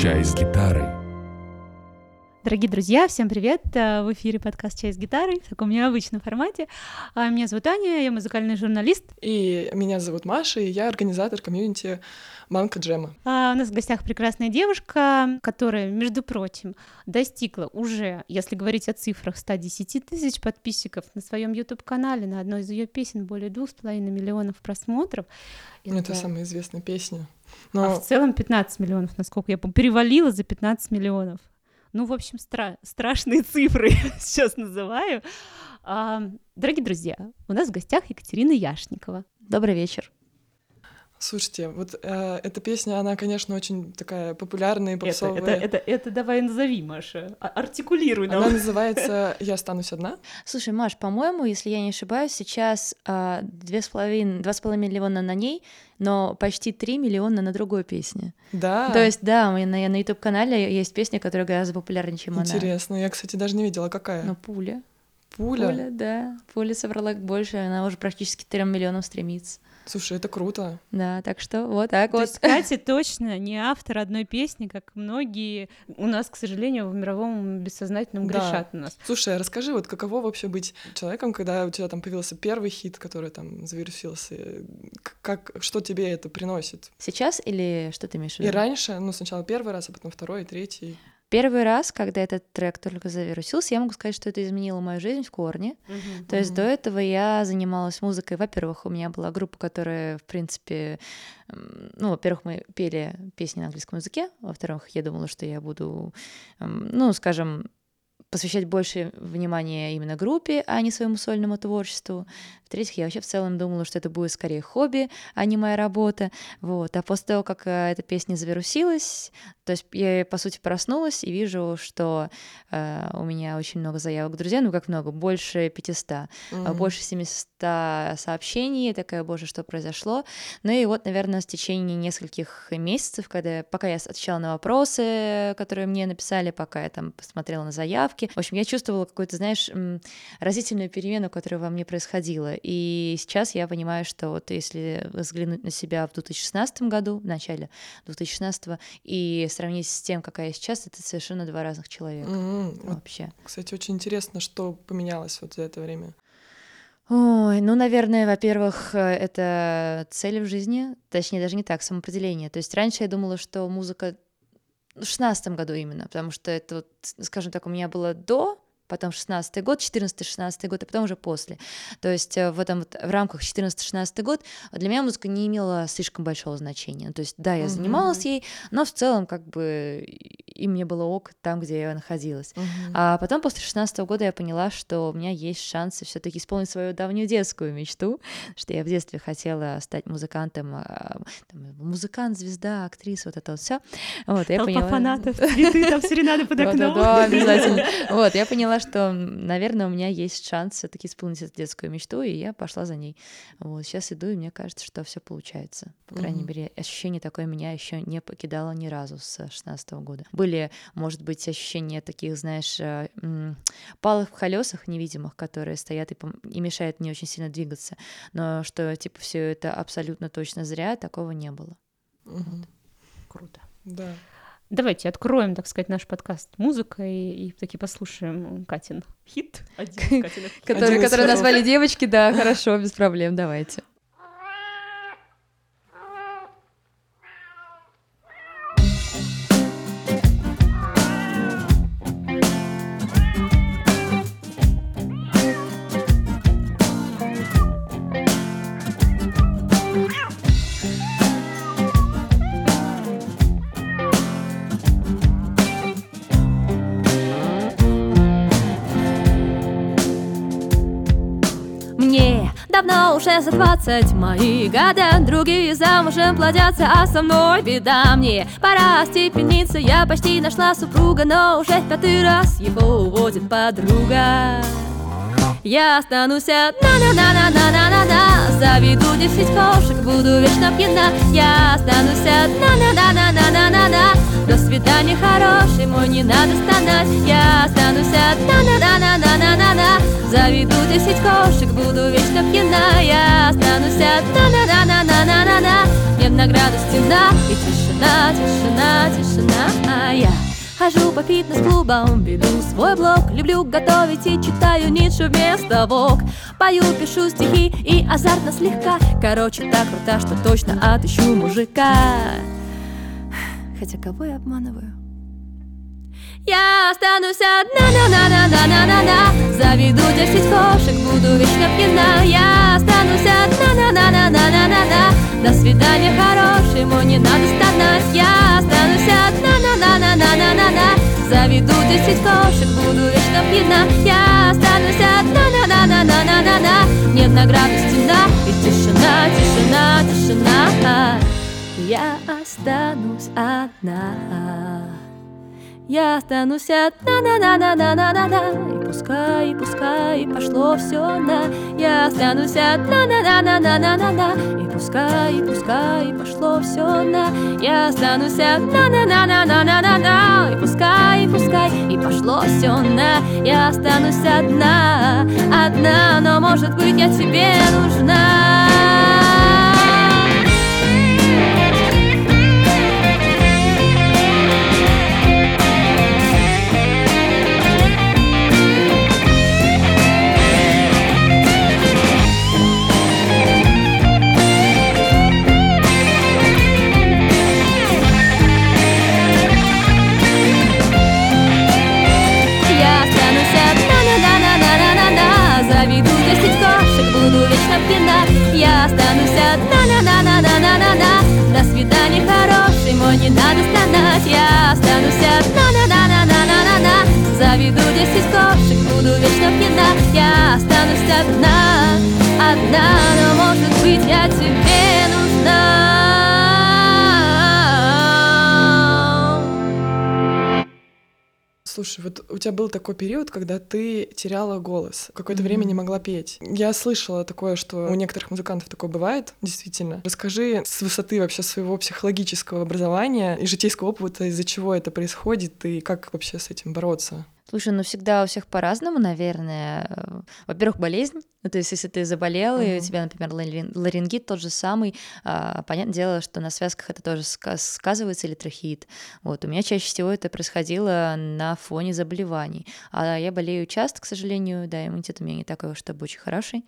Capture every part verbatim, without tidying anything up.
«Чай с гитарой». Дорогие друзья, всем привет! В эфире подкаст «Чай с гитарой» в таком необычном формате. Меня зовут Аня, я музыкальный журналист. И меня зовут Маша, и я организатор комьюнити «Манка Джема». А у нас в гостях прекрасная девушка, которая, между прочим, достигла уже, если говорить о цифрах, сто десять тысяч подписчиков на своем YouTube-канале. На одной из ее песен более двух с половиной миллионов просмотров. Это, Это самая известная песня. Но... А в целом пятнадцать миллионов, насколько я помню, перевалила за пятнадцать миллионов. Ну, в общем, стра- страшные цифры сейчас называю. А, дорогие друзья, у нас в гостях Екатерина Яшникова. Добрый вечер. Слушайте, вот э, эта песня, она, конечно, очень такая популярная и попсовая. Это, это, это, это давай назови, Маша, артикулируй нам. Она называется «Я останусь одна». Слушай, Маш, по-моему, если я не ошибаюсь, сейчас а, две с половиной, два с половиной миллиона на ней, но почти три миллиона на другой песне. Да. То есть, да, у меня на YouTube-канале есть песня, которая гораздо популярнее, чем Интересно. она. Интересно, я, кстати, даже не видела, какая. Ну, «Пуля». «Пуля»? «Пуля», да. «Пуля» собрала больше, она уже практически к трем миллионам стремится. Слушай, это круто. Да, так что вот так То вот. есть Катя точно не автор одной песни, как многие у нас, к сожалению, в мировом бессознательном грешат да. у нас. Слушай, а расскажи, вот каково вообще быть человеком, когда у тебя там появился первый хит, который там завирусился? Как, что тебе это приносит? Сейчас или что ты имеешь в виду? И раньше, ну сначала первый раз, а потом второй, третий. Первый раз, когда этот трек только завирусился, я могу сказать, что это изменило мою жизнь в корне. Uh-huh. То есть uh-huh. до этого я занималась музыкой. Во-первых, у меня была группа, которая, в принципе, ну, во-первых, мы пели песни на английском языке, во-вторых, я думала, что я буду, ну, скажем, посвящать больше внимания именно группе, а не своему сольному творчеству. В-третьих, я вообще в целом думала, что это будет скорее хобби, а не моя работа. Вот. А после того, как эта песня завирусилась, то есть я, по сути, проснулась и вижу, что э, у меня очень много заявок друзей, ну как много, больше пятисот, mm-hmm. больше семисот сообщений, такая, боже, что произошло. Ну и вот, наверное, в течение нескольких месяцев, когда, пока я отвечала на вопросы, которые мне написали, пока я там посмотрела на заявки, в общем, я чувствовала какую-то, знаешь, разительную перемену, которая во мне происходила. И сейчас я понимаю, что вот если взглянуть на себя в две тысячи шестнадцатом году, в начале две тысячи шестнадцатого, и сравнить с тем, какая я сейчас, это совершенно два разных человека. Mm-hmm. Вообще. Вот, кстати, очень интересно, что поменялось вот за это время. Ой, ну, наверное, во-первых, это цель в жизни, точнее, даже не так, самоопределение. То есть раньше я думала, что музыка в шестнадцатом году именно, потому что это, вот, скажем так, у меня было до, потом шестнадцатый год, четырнадцатый-шестнадцатый год, и потом уже после. То есть в этом вот, в рамках четырнадцатый-шестнадцатый год для меня музыка не имела слишком большого значения. То есть да, я занималась mm-hmm. ей, но в целом как бы и мне было ок там, где я находилась. Mm-hmm. А потом после шестнадцатого года я поняла, что у меня есть шансы все-таки исполнить свою давнюю детскую мечту, что я в детстве хотела стать музыкантом, там, музыкант, звезда, актриса, вот это вот все. Вот, толпа поняла... фанатов, цветы, там серенады под окном. Да-да-да, обязательно. Вот, я поняла, что, наверное, у меня есть шанс все-таки исполнить эту детскую мечту, и я пошла за ней. Вот, сейчас иду, и мне кажется, что все получается. По крайней mm-hmm. мере, ощущение такое меня еще не покидало ни разу с шестнадцатого года. Были, может быть, ощущения таких, знаешь, палок в колесах невидимых, которые стоят и, пом- и мешают мне очень сильно двигаться. Но что, типа, все это абсолютно точно зря, такого не было. Mm-hmm. Вот. Круто. Да. Давайте откроем, так сказать, наш подкаст музыкой и, и таки послушаем Катин хит. Один из Катиных который, который назвали девочки, да, хорошо, без проблем, давайте. Давно уже за двадцать мои года, другие замужем плодятся, а со мной беда. Мне пора остепениться, я почти нашла супруга, но уже в пятый раз его уводит подруга. Я останусь одна, на на на на на на на Заведу десять кошек, буду вечно пьяна. Я останусь одна, на-на-на-на-на-на-на. До свидания, хороший мой, не надо стонать. Я останусь одна, на-на-на-на-на-на-на. Заведу десять кошек, буду вечно пьяна. Я останусь одна, на-на-на-на-на-на-на. Мне в награду стена и тишина, тишина, тишина. А я хожу по фитнес-клубам, веду свой блог. Люблю готовить и читаю Ницше вместо Вог. Пою, пишу стихи и азартно слегка. Короче, так круто, что точно отыщу мужика. Хотя кого я обманываю? Я останусь одна, на-на-на-на-на-на-на. Заведу десять кошек, буду вечно пьяна. Я останусь одна, на-на-на-на-на-на-на. До свидания, хороший мой, не надо стонать. Я останусь одна, на-на-на-на-на-на-на. Заведу десять кошек, буду вечно пьяна. Я останусь одна, на-на-на-на-на-на-на. Мне в награду стена и тишина, тишина, тишина. Я останусь одна. Я останусь одна, на-на-на-на-на-на-на. И пускай, и пускай, и пошло все на. Я останусь одна, на-на-на-на-на-на-на. И пускай, и пускай, и пошло все на. Я останусь одна, на-на-на-на-на-на-на. И пускай, и пускай, и пошло все на. Я останусь одна, одна, но может быть я тебе нужна. Я останусь одна, на-на-на-на-на-на-на. До свидания, хороший мой, не надо стонать. Я останусь одна, на-на-на-на-на-на-на. Заведу десять кошек, буду вечно пьяна. Я останусь одна, одна, но может быть я тебе нужна. Слушай, вот у тебя был такой период, когда ты теряла голос, какое-то mm-hmm. время не могла петь. Я слышала такое, что у некоторых музыкантов такое бывает, действительно. Расскажи с высоты вообще своего психологического образования и житейского опыта, из-за чего это происходит, и как вообще с этим бороться? Слушай, ну всегда у всех по-разному, наверное. Во-первых, болезнь. Ну, то есть, если ты заболел, uh-huh. и у тебя, например, ларингит тот же самый, а, понятное дело, что на связках это тоже сказывается, или трахеит. Вот. У меня чаще всего это происходило на фоне заболеваний. А я болею часто, к сожалению, да, иммунитет у меня не такой, чтобы очень хороший.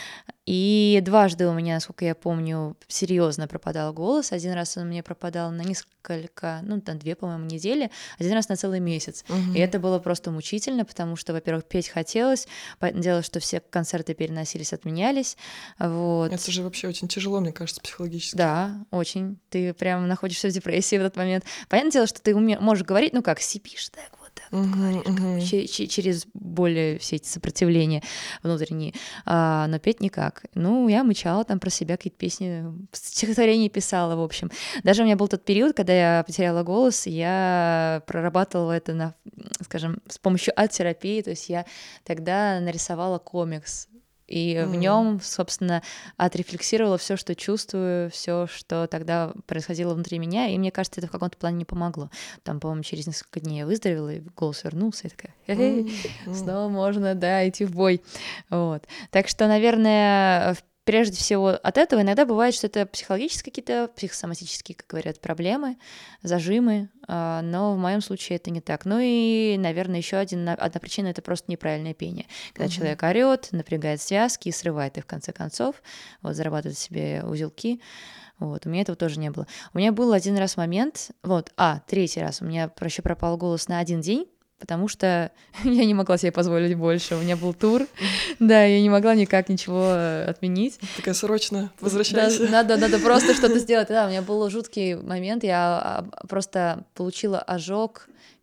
И дважды у меня, насколько я помню, серьезно пропадал голос. Один раз он у меня пропадал на несколько, ну, на две, по-моему, недели, один раз на целый месяц. Uh-huh. И это было просто мучительно, потому что, во-первых, петь хотелось, понятное дело, что все концерты переносились, отменялись. Вот. Это же вообще очень тяжело, мне кажется, психологически. Да, очень. Ты прям находишься в депрессии в этот момент. Понятное дело, что ты уме- можешь говорить, ну как, сипишь, так вот. Так вот, uh-huh, говоришь, uh-huh. ч- ч- через более все эти сопротивления внутренние, а, но петь никак. Ну, я мычала там про себя, какие-то песни, стихотворения писала, в общем. Даже у меня был тот период, когда я потеряла голос, я прорабатывала это, на, скажем, с помощью арт-терапии, то есть я тогда нарисовала комикс. И mm. в нем, собственно, отрефлексировала все, что чувствую, все, что тогда происходило внутри меня, и мне кажется, это в каком-то плане не помогло. Там, по-моему, через несколько дней я выздоровела, и голос вернулся, и такая, эй, mm. снова можно, да, идти в бой. Вот. Так что, наверное, прежде всего от этого иногда бывает, что это психологические какие-то, психосоматические, как говорят, проблемы, зажимы, но в моем случае это не так. Ну и, наверное, еще один, одна причина — это просто неправильное пение. Когда uh-huh. человек орет, напрягает связки и срывает их в конце концов, вот, зарабатывает себе узелки. Вот, у меня этого тоже не было. У меня был один раз момент, вот, а, третий раз, у меня еще пропал голос на один день, потому что я не могла себе позволить больше. У меня был тур, да, я не могла никак ничего отменить. Такая, срочно возвращайся. Да, надо, надо просто что-то сделать. Да, у меня был жуткий момент, я просто получила ожог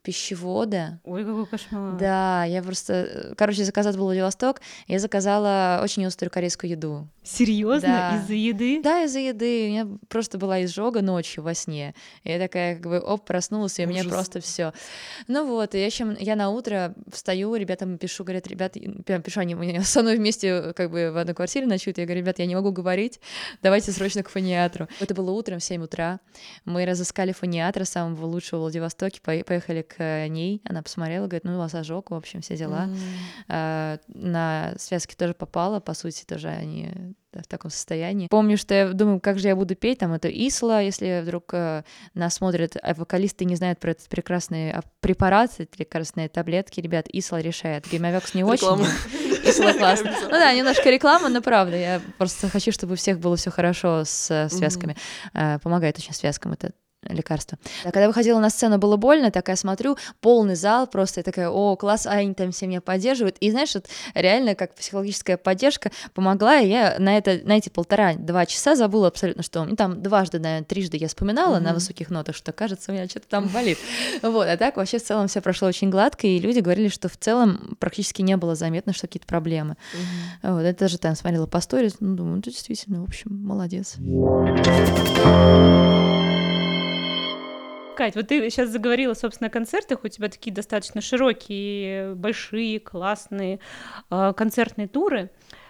пищевода. Ой, какой кошмар. Да, я просто, короче, заказала в Владивосток, я заказала очень острую корейскую еду. Серьезно? Да. Из-за еды? Да, из-за еды. У меня просто была изжога ночью во сне. И я такая, как бы, оп, проснулась, и у меня Ужас. просто все. Ну вот, и я, чем, я на утро встаю, ребятам пишу, говорят, ребят, прям пишу, они у меня со мной вместе как бы в одной квартире ночуют, я говорю, ребят, я не могу говорить, давайте срочно к фониатру. Это было утром в семь утра. Мы разыскали фониатра, самого лучшего в Владивостоке, поехали к ней, она посмотрела, говорит, ну, у вас ожог, в общем, все дела. Мгм. А, на связки тоже попала, по сути, тоже они в таком состоянии. Помню, что я думаю, как же я буду петь, там это Исла, если вдруг э, нас смотрят, а вокалисты не знают про этот прекрасный препарат, эти лекарственные таблетки, ребят, Исла решает. Геймовекс не очень, Реклама. Исла классно. Ну да, немножко реклама, но правда, я просто хочу, чтобы у всех было все хорошо с э, связками. Э, помогает очень связкам это лекарство. А когда выходила на сцену, было больно, такая смотрю, полный зал, просто я такая, о, класс, а они там все меня поддерживают. И знаешь, вот реально как психологическая поддержка помогла, и я на, это, на эти полтора-два часа забыла абсолютно, что ну, там дважды, наверное, трижды я вспоминала mm-hmm. на высоких нотах, что, кажется, у меня что-то там болит. Вот, а так вообще в целом все прошло очень гладко, и люди говорили, что в целом практически не было заметно, что какие-то проблемы. Вот, это даже там смотрела по сторис, ну, думаю, ну, действительно, в общем, молодец. Кать, вот ты сейчас заговорила, собственно, о концертах, у тебя такие достаточно широкие, большие, классные э, концертные туры,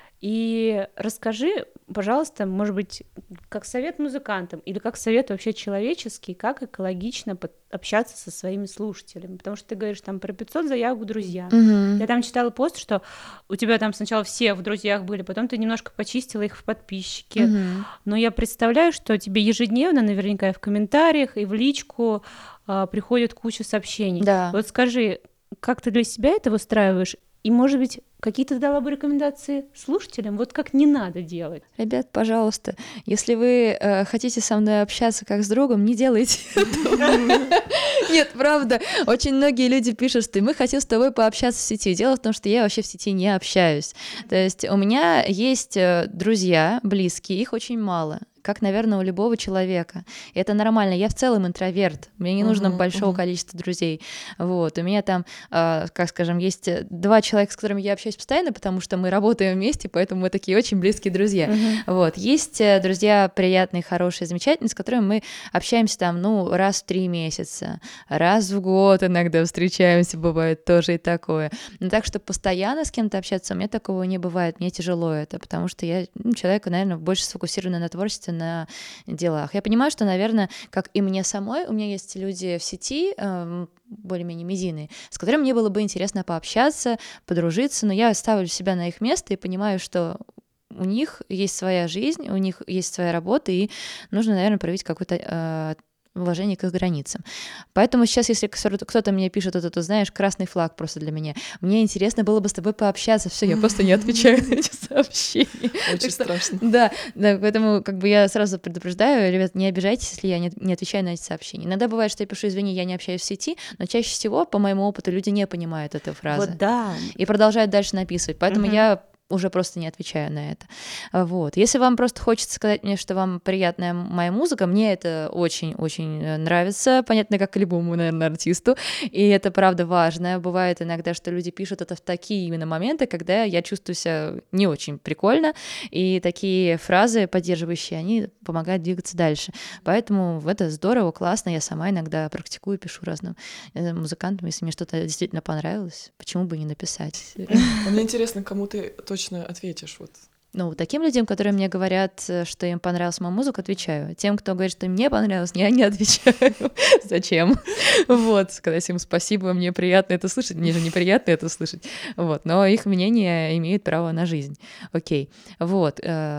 и расскажи, пожалуйста, может быть, как совет музыкантам или как совет вообще человеческий, как экологично общаться со своими слушателями, потому что ты говоришь там про пятьсот заявок в друзья. Mm-hmm. Я там читала пост, что у тебя там сначала все в друзьях были, потом ты немножко почистила их в подписчики, mm-hmm. но я представляю, что тебе ежедневно наверняка и в комментариях, и в личку а, приходит куча сообщений. Да. Вот скажи, как ты для себя это выстраиваешь? И, может быть, какие-то дала бы рекомендации слушателям, вот как не надо делать? Ребят, пожалуйста, если вы э, хотите со мной общаться как с другом, не делайте этого. Нет, правда, очень многие люди пишут, что мы хотим с тобой пообщаться в сети. Дело в том, что я вообще в сети не общаюсь. То есть у меня есть друзья близкие, их очень мало. Как, наверное, у любого человека. И это нормально. Я в целом интроверт. Мне не нужно uh-huh, большого uh-huh. количества друзей. Вот. У меня там, э, как скажем, есть два человека, с которыми я общаюсь постоянно, потому что мы работаем вместе, поэтому мы такие очень близкие друзья. Uh-huh. Вот. Есть друзья приятные, хорошие, замечательные, с которыми мы общаемся там, ну, раз в три месяца, раз в год иногда встречаемся, бывает тоже и такое. Но так что постоянно с кем-то общаться у меня такого не бывает. Мне тяжело это, потому что я ну, человек, наверное, больше сфокусирован на творчестве, на делах. Я понимаю, что, наверное, как и мне самой, у меня есть люди в сети, э, более-менее медийные, с которыми мне было бы интересно пообщаться, подружиться, но я ставлю себя на их место и понимаю, что у них есть своя жизнь, у них есть своя работа, и нужно, наверное, проявить какой-то э, уважение к их границам. Поэтому сейчас, если кто-то мне пишет вот это, знаешь, красный флаг просто для меня, мне интересно было бы с тобой пообщаться, все, я просто не отвечаю на эти сообщения. Очень страшно. Да, да, поэтому как бы я сразу предупреждаю, ребят, не обижайтесь, если я не, не отвечаю на эти сообщения. Иногда бывает, что я пишу, извини, я не общаюсь в сети, но чаще всего, по моему опыту, люди не понимают этой фразы. Вот да. И продолжают дальше написывать, поэтому угу. я уже просто не отвечаю на это. Вот. Если вам просто хочется сказать мне, что вам приятная моя музыка, мне это очень-очень нравится, понятно, как и любому, наверное, артисту, и это правда важно. Бывает иногда, что люди пишут это в такие именно моменты, когда я чувствую себя не очень прикольно, и такие фразы поддерживающие, они помогают двигаться дальше. Поэтому это здорово, классно, я сама иногда практикую, пишу разным музыкантам, если мне что-то действительно понравилось, почему бы не написать? Мне интересно, кому ты точно ответишь, вот. Ну, таким людям, которые мне говорят, что им понравилась моя музыка, отвечаю. Тем, кто говорит, что мне понравилось, я не отвечаю. Зачем? Вот, сказать им спасибо, мне приятно это слышать, мне же неприятно это слышать. Вот, но их мнение имеет право на жизнь. Окей. Вот,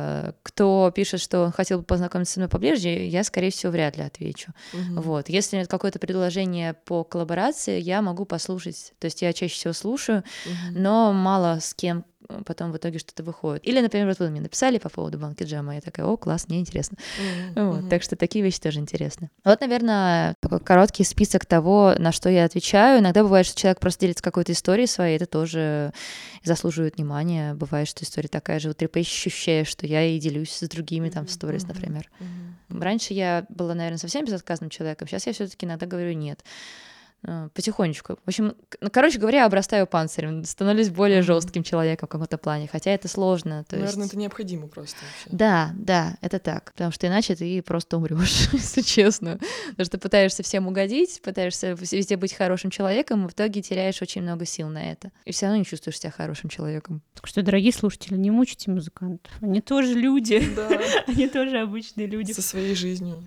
кто пишет, что хотел бы познакомиться со мной поближе, я, скорее всего, вряд ли отвечу. Угу. Вот, если нет какое-то предложение по коллаборации, я могу послушать. То есть я чаще всего слушаю, угу. но мало с кем потом в итоге что-то выходит. Или, например, вот вы мне написали по поводу Банки Джема, я такая, о, класс, мне интересно. Mm-hmm. Вот, так что такие вещи тоже интересны. Вот, наверное, такой короткий список того, на что я отвечаю. Иногда бывает, что человек просто делится какой-то историей своей, это тоже заслуживает внимания. Бывает, что история такая же трепещущая, что я и делюсь с другими там в сторис, mm-hmm. например. Mm-hmm. Раньше я была, наверное, совсем безотказным человеком, сейчас я все-таки иногда говорю нет. потихонечку. В общем, короче говоря, обрастаю панцирем, становлюсь более mm-hmm. жестким человеком в каком-то плане, хотя это сложно. То Наверное, есть... это необходимо просто вообще. Да, да, это так, потому что иначе ты просто умрешь, если честно. Потому что пытаешься всем угодить, пытаешься везде быть хорошим человеком, и в итоге теряешь очень много сил на это. И все равно не чувствуешь себя хорошим человеком. Так что, дорогие слушатели, не мучайте музыкантов. Они тоже люди. Да. Они тоже обычные люди. Со своей жизнью.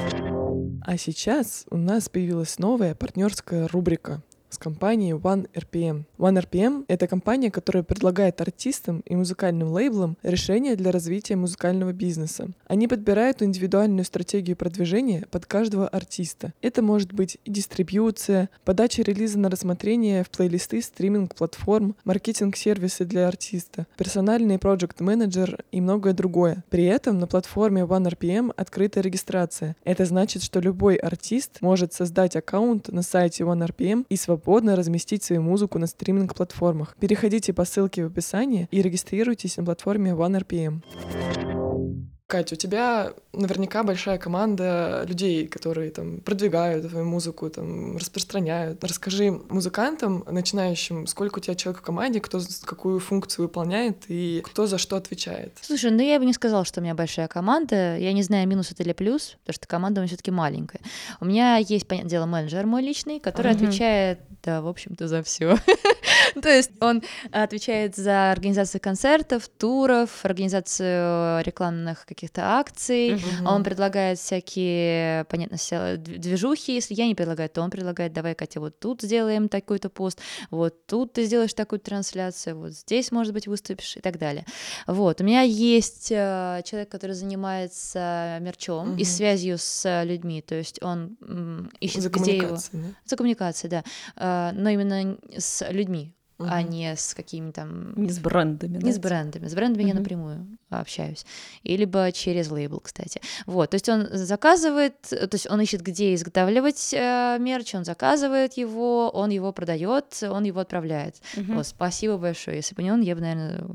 А сейчас у нас появилась новая партнерская рубрика с компанией One эр пи эм. One эр пи эм — это компания, которая предлагает артистам и музыкальным лейблам решения для развития музыкального бизнеса. Они подбирают индивидуальную стратегию продвижения под каждого артиста. Это может быть и дистрибьюция, подача релиза на рассмотрение в плейлисты стриминг-платформ, маркетинг-сервисы для артиста, персональный проект-менеджер и многое другое. При этом на платформе One эр пи эм открыта регистрация. Это значит, что любой артист может создать аккаунт на сайте One эр пи эм и свободно свободно разместить свою музыку на стриминг-платформах. Переходите по ссылке в описании и регистрируйтесь на платформе One эр пи эм. Катя, у тебя наверняка большая команда людей, которые там продвигают твою музыку, там, распространяют. Расскажи музыкантам, начинающим, сколько у тебя человек в команде, кто какую функцию выполняет и кто за что отвечает. Слушай, ну я бы не сказала, что у меня большая команда. Я не знаю, минус это или плюс, потому что команда у меня все-таки маленькая. У меня есть, понятное дело, менеджер мой личный, который uh-huh. отвечает, да, в общем-то, за все. То есть он отвечает за организацию концертов, туров, организацию рекламных каких-то акций, uh-huh. он предлагает всякие, понятно, все движухи, если я не предлагаю, то он предлагает, давай, Катя, вот тут сделаем такой-то пост, вот тут ты сделаешь такую трансляцию, вот здесь, может быть, выступишь и так далее. Вот, у меня есть э, человек, который занимается мерчом uh-huh. и связью с людьми, то есть он м, ищет, за где его... Да? За коммуникацией, да, э, но именно с людьми. Uh-huh. А не с какими-то там... Не с брендами, да? Не с брендами. С брендами uh-huh. я напрямую общаюсь. И либо через лейбл, кстати. Вот, то есть он заказывает, то есть он ищет, где изготавливать э, мерч, он заказывает его, он его продает, он его отправляет. Uh-huh. Вот, спасибо большое. Если бы не он, я бы, наверное...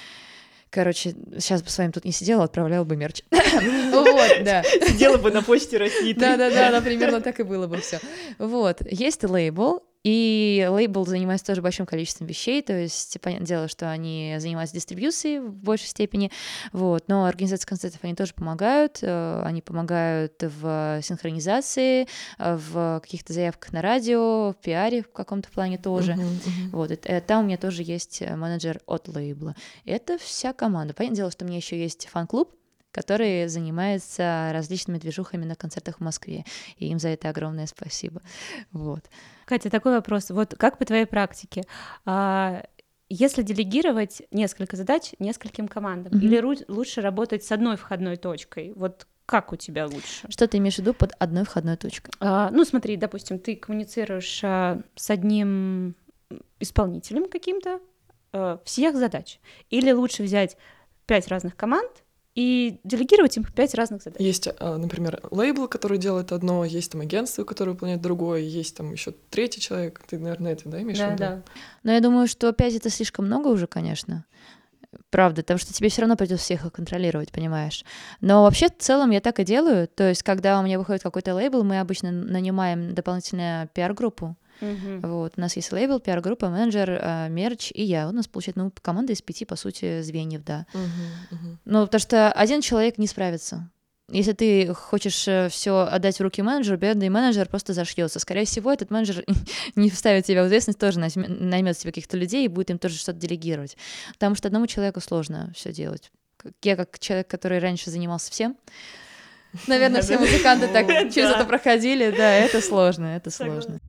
Короче, сейчас бы с вами тут не сидела, отправляла бы мерч. Вот, да. Сидела бы на почте России. Да-да-да, примерно так и было бы все. Вот, есть лейбл, и лейбл занимается тоже большим количеством вещей, то есть, понятное дело, что они занимаются дистрибьюцией в большей степени, вот, но организация концертов они тоже помогают, они помогают в синхронизации, в каких-то заявках на радио, в пиаре в каком-то плане тоже, uh-huh, uh-huh. вот, и, там у меня тоже есть менеджер от лейбла. Это вся команда. Понятное дело, что у меня еще есть фан-клуб, который занимается различными движухами на концертах в Москве. И им за это огромное спасибо. Вот. Катя, такой вопрос. Вот как по твоей практике? А, если делегировать несколько задач нескольким командам, mm-hmm. или ру- лучше работать с одной входной точкой? Вот как у тебя лучше? Что ты имеешь в виду под одной входной точкой? А, ну, смотри, допустим, ты коммуницируешь а, с одним исполнителем каким-то а, всех задач. Или лучше взять пять разных команд и делегировать им пять разных задач. Есть, например, лейбл, который делает одно, есть там агентство, которое выполняет другое, есть там еще третий человек. Ты, наверное, это, да, имеешь в да, виду? Да. Но я думаю, что пять — это слишком много уже, конечно. Правда, потому что тебе все равно придется всех их контролировать, понимаешь. Но вообще, в целом, я так и делаю. То есть, когда у меня выходит какой-то лейбл, мы обычно нанимаем дополнительную пиар-группу. Uh-huh. Вот. У нас есть лейбл, пиар-группа, менеджер, э, мерч и я. У нас, получается, ну, команда из пяти, по сути, звеньев, да. Uh-huh, uh-huh. Ну, потому что один человек не справится. Если ты хочешь все отдать в руки менеджеру, бедный менеджер просто зашьется. Скорее всего, этот менеджер не вставит тебя в ответственность, тоже наймет себе каких-то людей и будет им тоже что-то делегировать. Потому что одному человеку сложно все делать. Я как человек, который раньше занимался всем, наверное, все музыканты так через это проходили. Да, это сложно, это сложно.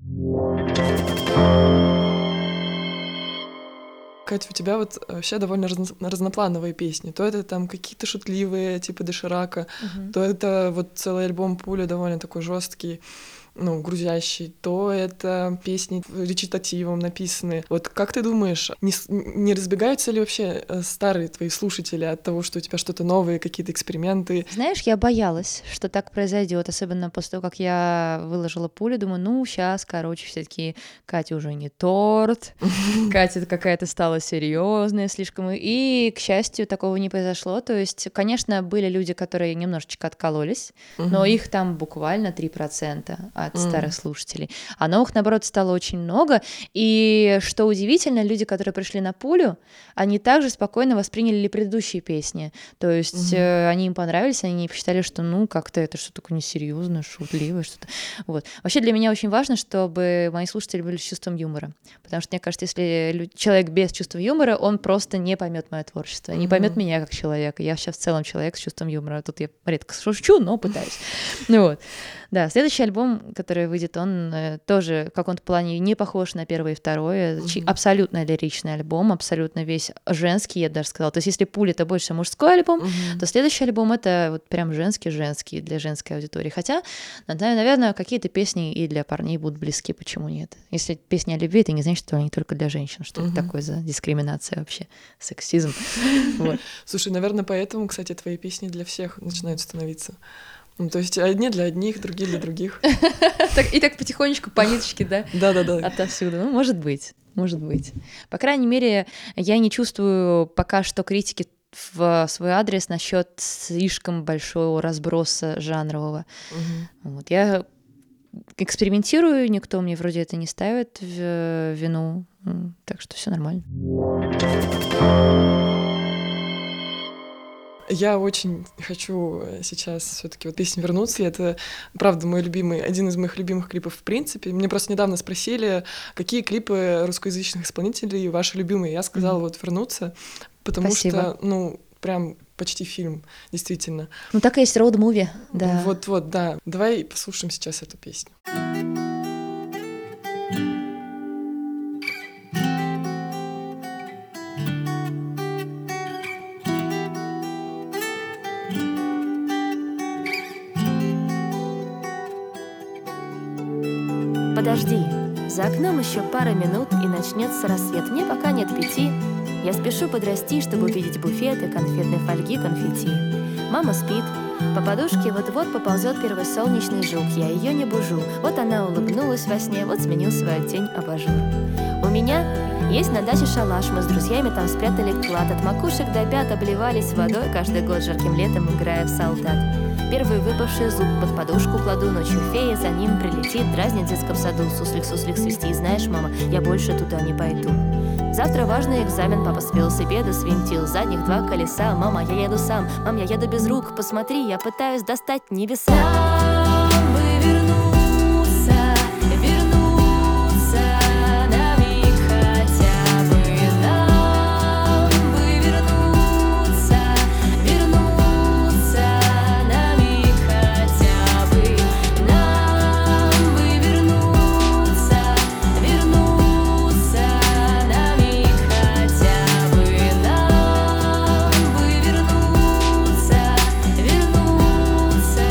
Катя, у тебя вот вообще довольно разно- разноплановые песни. То это там какие-то шутливые, типа Доширака, uh-huh. то это вот целый альбом «Пуля» довольно такой жесткий, ну, грузящий, то это песни речитативом написаны. Вот как ты думаешь, не, не разбегаются ли вообще старые твои слушатели от того, что у тебя что-то новое, какие-то эксперименты? Знаешь, я боялась, что так произойдет, особенно после того, как я выложила «Пулю», думаю, ну, сейчас, короче, все таки Катя уже не торт, Катя какая-то стала серьезная слишком, и, к счастью, такого не произошло, то есть, конечно, были люди, которые немножечко откололись, но их там буквально три процента от от mm. старых слушателей, а новых, наоборот, стало очень много. И что удивительно, люди, которые пришли на пулю, они также спокойно восприняли предыдущие песни. То есть mm-hmm. э, они им понравились, они не посчитали, что ну как-то это что-то такое несерьезное, шутливое, что-то. Вот. Вообще для меня очень важно, чтобы мои слушатели были с чувством юмора. Потому что мне кажется, если человек без чувства юмора, он просто не поймет мое творчество, mm-hmm. не поймет меня как человека. Я сейчас в целом человек с чувством юмора. Тут я редко шучу, но пытаюсь. Ну вот. Да, следующий альбом, который выйдет, он э, тоже в каком-то плане не похож на первый и второй. Mm-hmm. Абсолютно лиричный альбом, абсолютно весь женский, я даже сказала. То есть если «Пуля» — это больше мужской альбом, mm-hmm. то следующий альбом — это вот прям женский-женский для женской аудитории. Хотя, наверное, какие-то песни и для парней будут близки, почему нет? Если песня о любви, это не значит, что они только для женщин. Что mm-hmm. это такое за дискриминация вообще? Сексизм. Слушай, наверное, поэтому, кстати, твои песни для всех начинают становиться. Ну, то есть одни для одних, другие для других. И так потихонечку по ниточке, да? Да-да-да. Отовсюду. Ну, может быть, может быть. По крайней мере, я не чувствую пока что критики в свой адрес насчет слишком большого разброса жанрового. Вот. Я экспериментирую, никто мне вроде это не ставит в вину, так что все нормально. Я очень хочу сейчас все-таки вот песню вернуться. И это, правда, мой любимый, один из моих любимых клипов в принципе. Мне просто недавно спросили, какие клипы русскоязычных исполнителей ваши любимые. Я сказала mm-hmm. вот вернуться, потому Спасибо. Что, ну, прям почти фильм, действительно. Ну так и есть роуд-муви, да. Вот-вот, да. Давай послушаем сейчас эту песню. Подожди, за окном еще пара минут и начнется рассвет. Мне пока нет пяти. Я спешу подрасти, чтобы увидеть буфеты, конфетной фольги, конфетти. Мама спит. По подушке вот-вот поползет первый солнечный жук. Я ее не бужу. Вот она улыбнулась во сне, вот сменил свою тень абажур. У меня есть на даче шалаш. Мы с друзьями там спрятали клад. От макушек до пят обливались водой каждый год жарким летом, играя в солдат. Первый выпавший зуб под подушку кладу. Ночью фея за ним прилетит, дразнит в детском саду. Суслик-суслик свисти, знаешь, мама, я больше туда не пойду. Завтра важный экзамен, папа с велосипеда свинтил. Задних два колеса, мама, я еду сам. Мам, я еду без рук, посмотри, я пытаюсь достать небеса. Нам бы вернуться, вернуться на миг хотя бы. Нам бы вернуться, вернуться на миг хотя бы. Нам бы вернуться, вернуться на миг хотя бы. Нам бы вернуться, вернуться.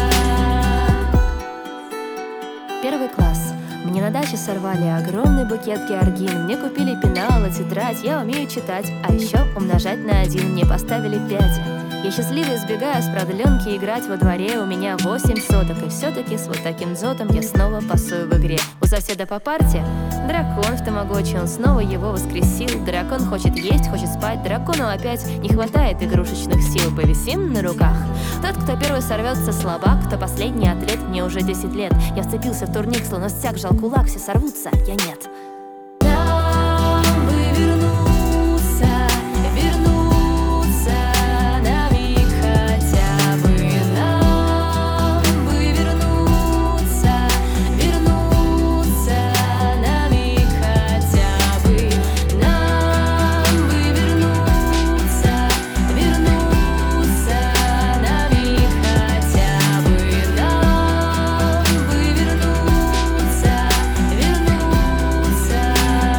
Первый класс. Мне на даче сорвали огромный букет георгин. Мне купили пенал и тетрадь. Я умею читать, а еще умножать на один. Мне поставили пять. Я счастливо избегаю с продленки играть во дворе. У меня восемь соток. И все-таки с вот таким дзотом я снова пасую в игре. У соседа по парте дракон в тамагочи. Он снова его воскресил. Дракон хочет есть, хочет спать. Дракону опять не хватает игрушечных сил. Повисим на руках. Тот, кто первый сорвется, слабак. Кто последний атлет, мне уже десять лет. Я вцепился в турник, словно стяг, жал кулак. Все сорвутся, я нет. Нам бы вернуться, вернуться на миг хотя бы. Нам бы вернуться, вернуться на миг хотя бы. Нам бы вернуться, вернуться на миг хотя бы. Нам бы вернуться, вернуться.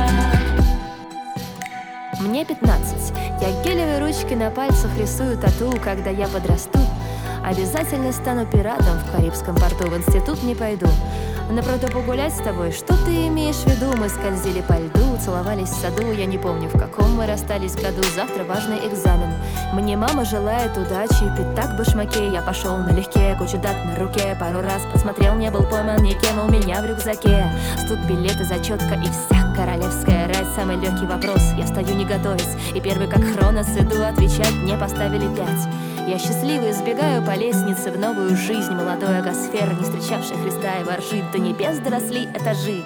Мне пятнадцать. Я гелевой ручкой на пальцах рисую тату. Когда я подрасту, обязательно стану пиратом в Карибском порту. В институт не пойду. На пруду погулять с тобой. Что ты имеешь в виду? Мы скользили по льду, целовались в саду. Я не помню, в каком мы расстались году. Завтра важный экзамен. Мне мама желает удачи. Пятак в башмаке. Я пошел налегке, кучу дат на руке. Пару раз посмотрел, не был пойман никем. У меня в рюкзаке стук билеты, зачетка и вся королевская рать. Самый легкий вопрос. Я стою не готовясь. И первый как Хронос иду отвечать. Мне поставили пять. Я счастливый сбегаю по лестнице в новую жизнь. Молодой агосфер, не встречавший Христа и воржит. До небес доросли этажи.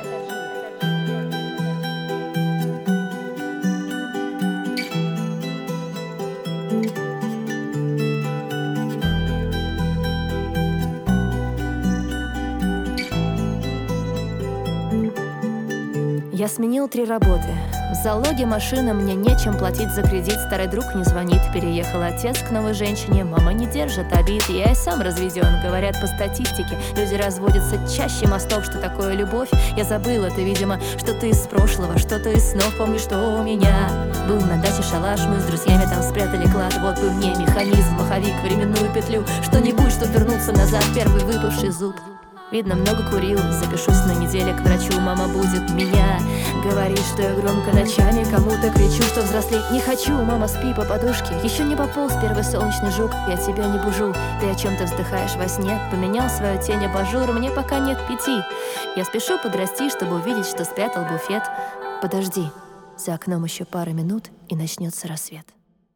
Я сменил три работы. В залоге машины мне нечем платить за кредит. Старый друг не звонит. Переехал отец к новой женщине. Мама не держит обид. Я и сам разведен. Говорят по статистике, люди разводятся чаще мостов. Что такое любовь? Я забыла. Ты, видимо, что-то из прошлого, что-то из снов. Помню, что у меня был на даче шалаш. Мы с друзьями там спрятали клад. Вот бы мне механизм, маховик, временную петлю. Что-нибудь, чтоб вернуться назад. Первый выпавший зуб. Видно, много курил, запишусь на неделе к врачу. Мама будет меня говорит, что я громко ночами кому-то кричу, что взрослеть не хочу. Мама, спи по подушке, еще не пополз первый солнечный жук. Я тебя не бужу, ты о чем-то вздыхаешь во сне. Поменял свою тень абажур, мне пока нет пяти. Я спешу подрасти, чтобы увидеть, что спрятал буфет. Подожди, за окном еще пара минут, и начнется рассвет.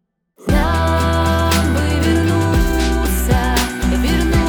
Нам бы вернуться, вернуться.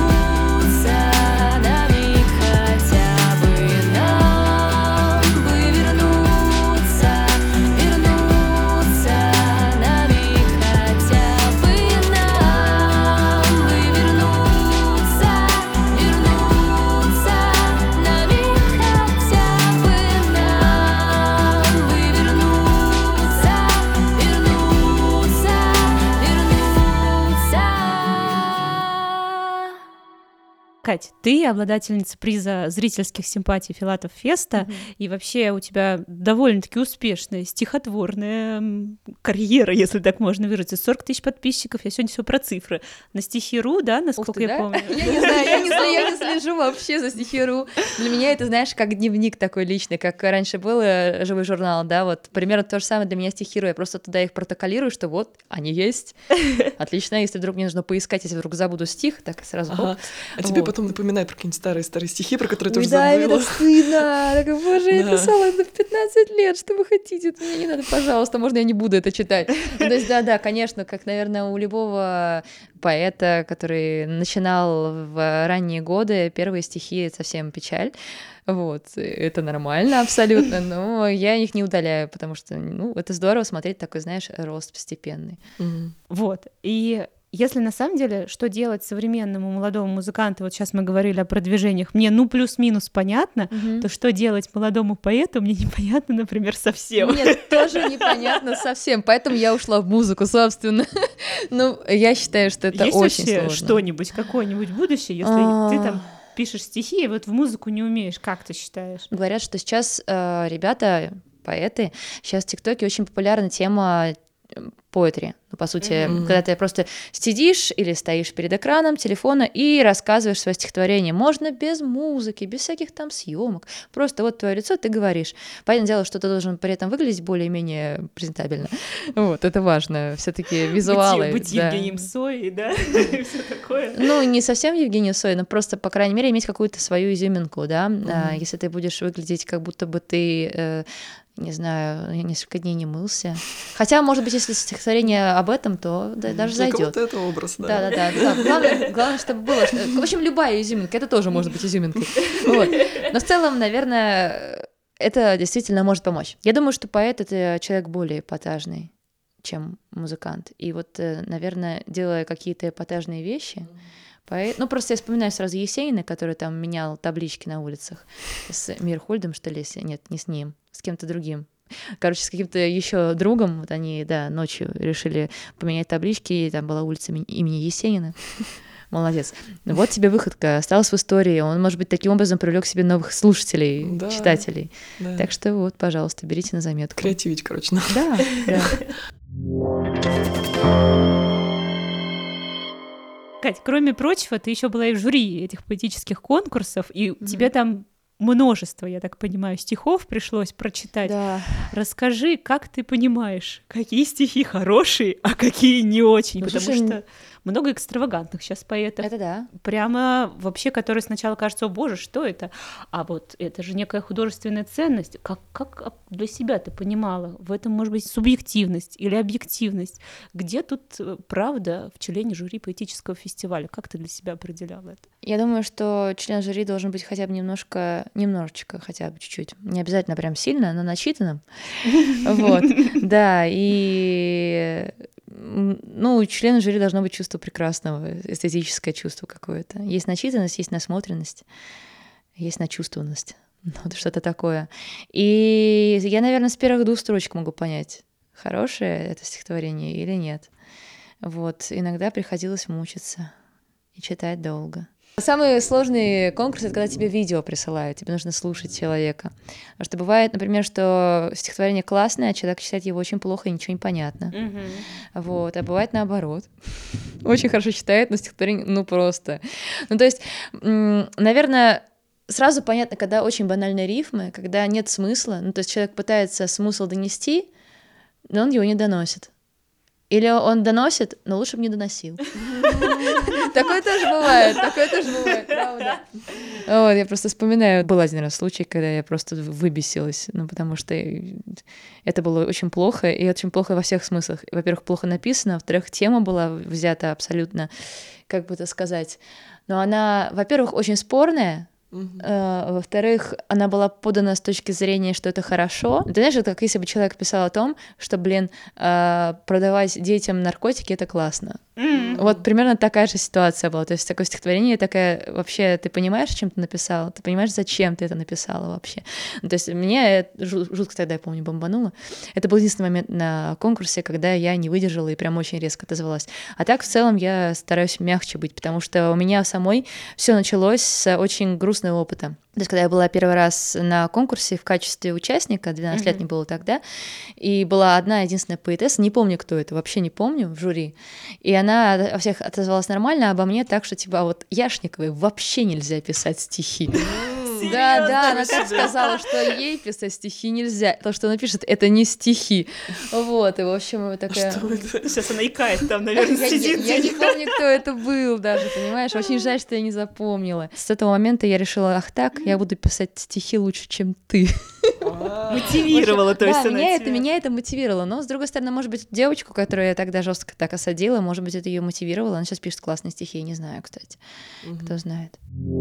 Кать, ты обладательница приза зрительских симпатий Филатов Феста, mm-hmm. и вообще у тебя довольно-таки успешная стихотворная карьера, если так можно выразиться. сорок тысяч подписчиков, я сегодня все про цифры. На Стихи.ру, да, насколько ты, я да? помню? Я не знаю, я не, я не слежу вообще за Стихи.ру. Для меня это, знаешь, как дневник такой личный, как раньше был живой журнал, да, вот примерно то же самое для меня Стихи.ру. Я просто туда их протоколирую, что вот они есть. Отлично, если вдруг мне нужно поискать, если вдруг забуду стих, так сразу. Ага. А тебе потом напоминай про какие-нибудь старые-старые стихи, про которые ты уже да, забыла. Да, это стыдно. Так, боже, я писала это в пятнадцать лет, что вы хотите? Мне не надо, пожалуйста, можно я не буду это читать? То есть, да-да, конечно, как, наверное, у любого поэта, который начинал в ранние годы, первые стихи — совсем печаль. Вот, это нормально абсолютно, но я их не удаляю, потому что, ну, это здорово смотреть такой, знаешь, рост постепенный. Mm-hmm. Вот, и если на самом деле, что делать современному молодому музыканту, вот сейчас мы говорили о продвижениях, мне ну плюс-минус понятно, mm-hmm. то что делать молодому поэту, мне непонятно, например, совсем. Мне тоже непонятно совсем, поэтому я ушла в музыку, собственно. Ну, я считаю, что это есть очень вообще сложно. что-нибудь, какое-нибудь будущее, если ты там пишешь стихи, и вот в музыку не умеешь, как ты считаешь? Говорят, что сейчас э, ребята, поэты, сейчас в ТикТоке очень популярна тема поэтри. Ну, по сути, mm-hmm. когда ты просто сидишь или стоишь перед экраном телефона и рассказываешь свое стихотворение. Можно без музыки, без всяких там съемок. Просто вот твое лицо, ты говоришь. Понятное дело, что ты должен при этом выглядеть более-менее презентабельно. Вот, это важно. Все-таки визуалы. Быть, быть да. Евгением Сой, да, и все такое. Ну, не совсем Евгений Сой, но просто, по крайней мере, иметь какую-то свою изюминку, да. Mm-hmm. Если ты будешь выглядеть, как будто бы ты... не знаю, я несколько дней не мылся. Хотя, может быть, если стихотворение об этом, то да, даже для зайдет. кого-то это образ, да. Да, да, да. да. Главное, главное, чтобы было. Что... В общем, любая изюминка, это тоже может быть изюминкой. Вот. Но в целом, наверное, это действительно может помочь. Я думаю, что поэт — это человек более эпатажный, чем музыкант. И вот, наверное, делая какие-то эпатажные вещи, поэт... ну просто я вспоминаю сразу Есенина, который там менял таблички на улицах с Мирхольдом, что ли, нет, не с ним, с кем-то другим. Короче, с каким-то еще другом, вот они, да, ночью решили поменять таблички, и там была улица имени Есенина. Молодец. Вот тебе выходка, осталась в истории. Он, может быть, таким образом привлек к себе новых слушателей, да, читателей. Да. Так что вот, пожалуйста, берите на заметку. Креативить, короче. Ну. Да, да. Кать, кроме прочего, ты еще была и в жюри этих поэтических конкурсов, и mm-hmm. тебе там множество, я так понимаю, стихов пришлось прочитать. Да. Расскажи, как ты понимаешь, какие стихи хорошие, а какие не очень, ну, потому слушай, что много экстравагантных сейчас поэтов. Это да. Прямо вообще, которые сначала кажется, о боже, что это? А вот это же некая художественная ценность. Как, как для себя ты понимала? В этом может быть субъективность или объективность? Где тут правда в члене жюри поэтического фестиваля? Как ты для себя определяла это? Я думаю, что член жюри должен быть хотя бы немножко, немножечко, хотя бы чуть-чуть. Не обязательно прям сильно, но начитанным. Вот, да, и... Ну, у члена жюри должно быть чувство прекрасного, эстетическое чувство какое-то. Есть начитанность, есть насмотренность, есть начувствованность. Вот что-то такое. И я, наверное, с первых двух строчек могу понять, хорошее это стихотворение или нет. Вот, иногда приходилось мучиться и читать долго. Самый сложный конкурс — это когда тебе видео присылают, тебе нужно слушать человека. Потому что бывает, например, что стихотворение классное, а человек читает его очень плохо и ничего не понятно. Mm-hmm. Вот. А бывает наоборот. Очень хорошо читает, но стихотворение, ну просто. Ну то есть, наверное, сразу понятно, когда очень банальные рифмы, когда нет смысла, ну то есть человек пытается смысл донести, но он его не доносит. Или он доносит, но лучше бы не доносил. Такое тоже бывает, такое тоже бывает, правда. Вот, я просто вспоминаю, был один раз случай, когда я просто выбесилась, ну, потому что это было очень плохо, и очень плохо во всех смыслах. Во-первых, плохо написано, во-вторых, тема была взята абсолютно, как бы это сказать, но она, во-первых, очень спорная, Uh-huh. Uh, во-вторых, она была подана с точки зрения, что это хорошо. Ты знаешь, это как если бы человек писал о том, что, блин, uh, продавать детям наркотики — это классно. Mm-hmm. Вот примерно такая же ситуация была. То есть такое стихотворение, такая, вообще, ты понимаешь, чем ты написала? Ты понимаешь, зачем ты это написала вообще? Ну, то есть меня жутко тогда, я помню, бомбануло. Это был единственный момент на конкурсе, когда я не выдержала и прям очень резко отозвалась. А так, в целом, я стараюсь мягче быть, потому что у меня самой все началось с очень грустного опыта. То есть, когда я была первый раз на конкурсе в качестве участника, двенадцать mm-hmm. лет мне было тогда, и была одна единственная поэтесса, не помню, кто это, вообще не помню, в жюри, и она о всех отозвалась нормально, а обо мне так, что, типа, а вот Яшниковой вообще нельзя писать стихи. Да, да, она так сказала, что ей писать стихи нельзя. То, что она пишет, это не стихи. Вот, и, в общем, такая... Что это? Сейчас она икает там, наверное, сидит. Я не помню, кто это был даже, понимаешь? Очень жаль, что я не запомнила. С этого момента я решила, ах так, я буду писать стихи лучше, чем ты. Мотивировала, то есть да, она меня тебя... это, меня это мотивировало. Но, с другой стороны, может быть, девочку, которую я тогда жестко так осадила, может быть, это ее мотивировало. Она сейчас пишет классные стихи, я не знаю, кстати. Угу. Кто знает.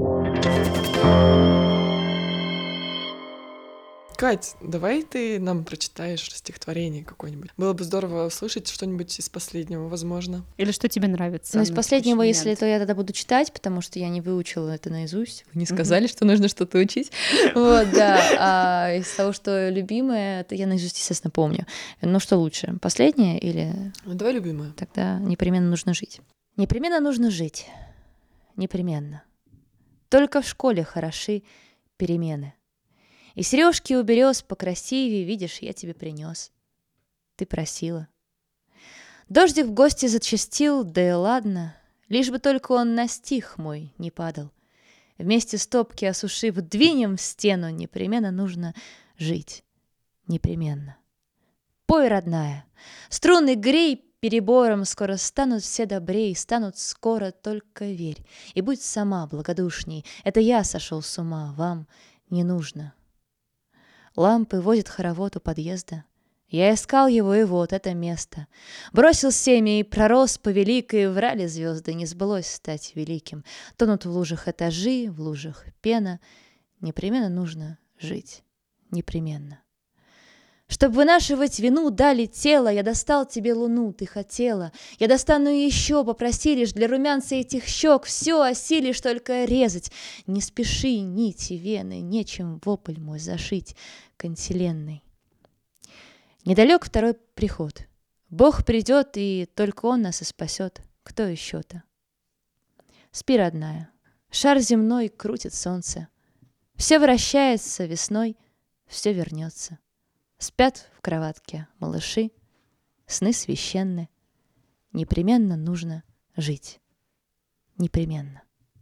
Кать, давай ты нам прочитаешь стихотворение какое-нибудь. Было бы здорово услышать что-нибудь из последнего, возможно. Или что тебе нравится? Ну, из последнего, если то я тогда буду читать, потому что я не выучила это наизусть. Вы не сказали, что нужно что-то учить. Вот, да. А из того, что любимое, это я наизусть, естественно, помню. Ну, что лучше, последнее или... Ну, давай любимое. Тогда непременно нужно жить. Непременно нужно жить. Непременно. Только в школе хороши перемены. И сережки у берез покрасивее, видишь, я тебе принес. Ты просила. Дождик в гости зачастил, да и ладно, лишь бы только он на стих мой не падал. Вместе стопки осушив, двинем в стену, непременно нужно жить. Непременно. Пой, родная, струны грей, перебором скоро станут все добрей, станут скоро, только верь. И будь сама благодушней, это я сошел с ума, вам не нужно. Лампы возят хоровод у подъезда. Я искал его, и вот это место. Бросил семя и пророс по великой, врали звезды, не сбылось стать великим. Тонут в лужах этажи, в лужах пена. Непременно нужно жить, непременно. Чтоб вынашивать вину, дали тело, я достал тебе луну, ты хотела. Я достану еще, попроси лишь для румянца этих щек, все осилишь только резать. Не спеши, нити, вены, нечем вопль мой зашить контиленный. Недалек второй приход. Бог придет, и только Он нас и спасет. Кто еще-то? Спи, родная, шар земной крутит солнце. Все вращается весной, все вернется. Спят в кроватке малыши, сны священны. Непременно нужно жить. Непременно.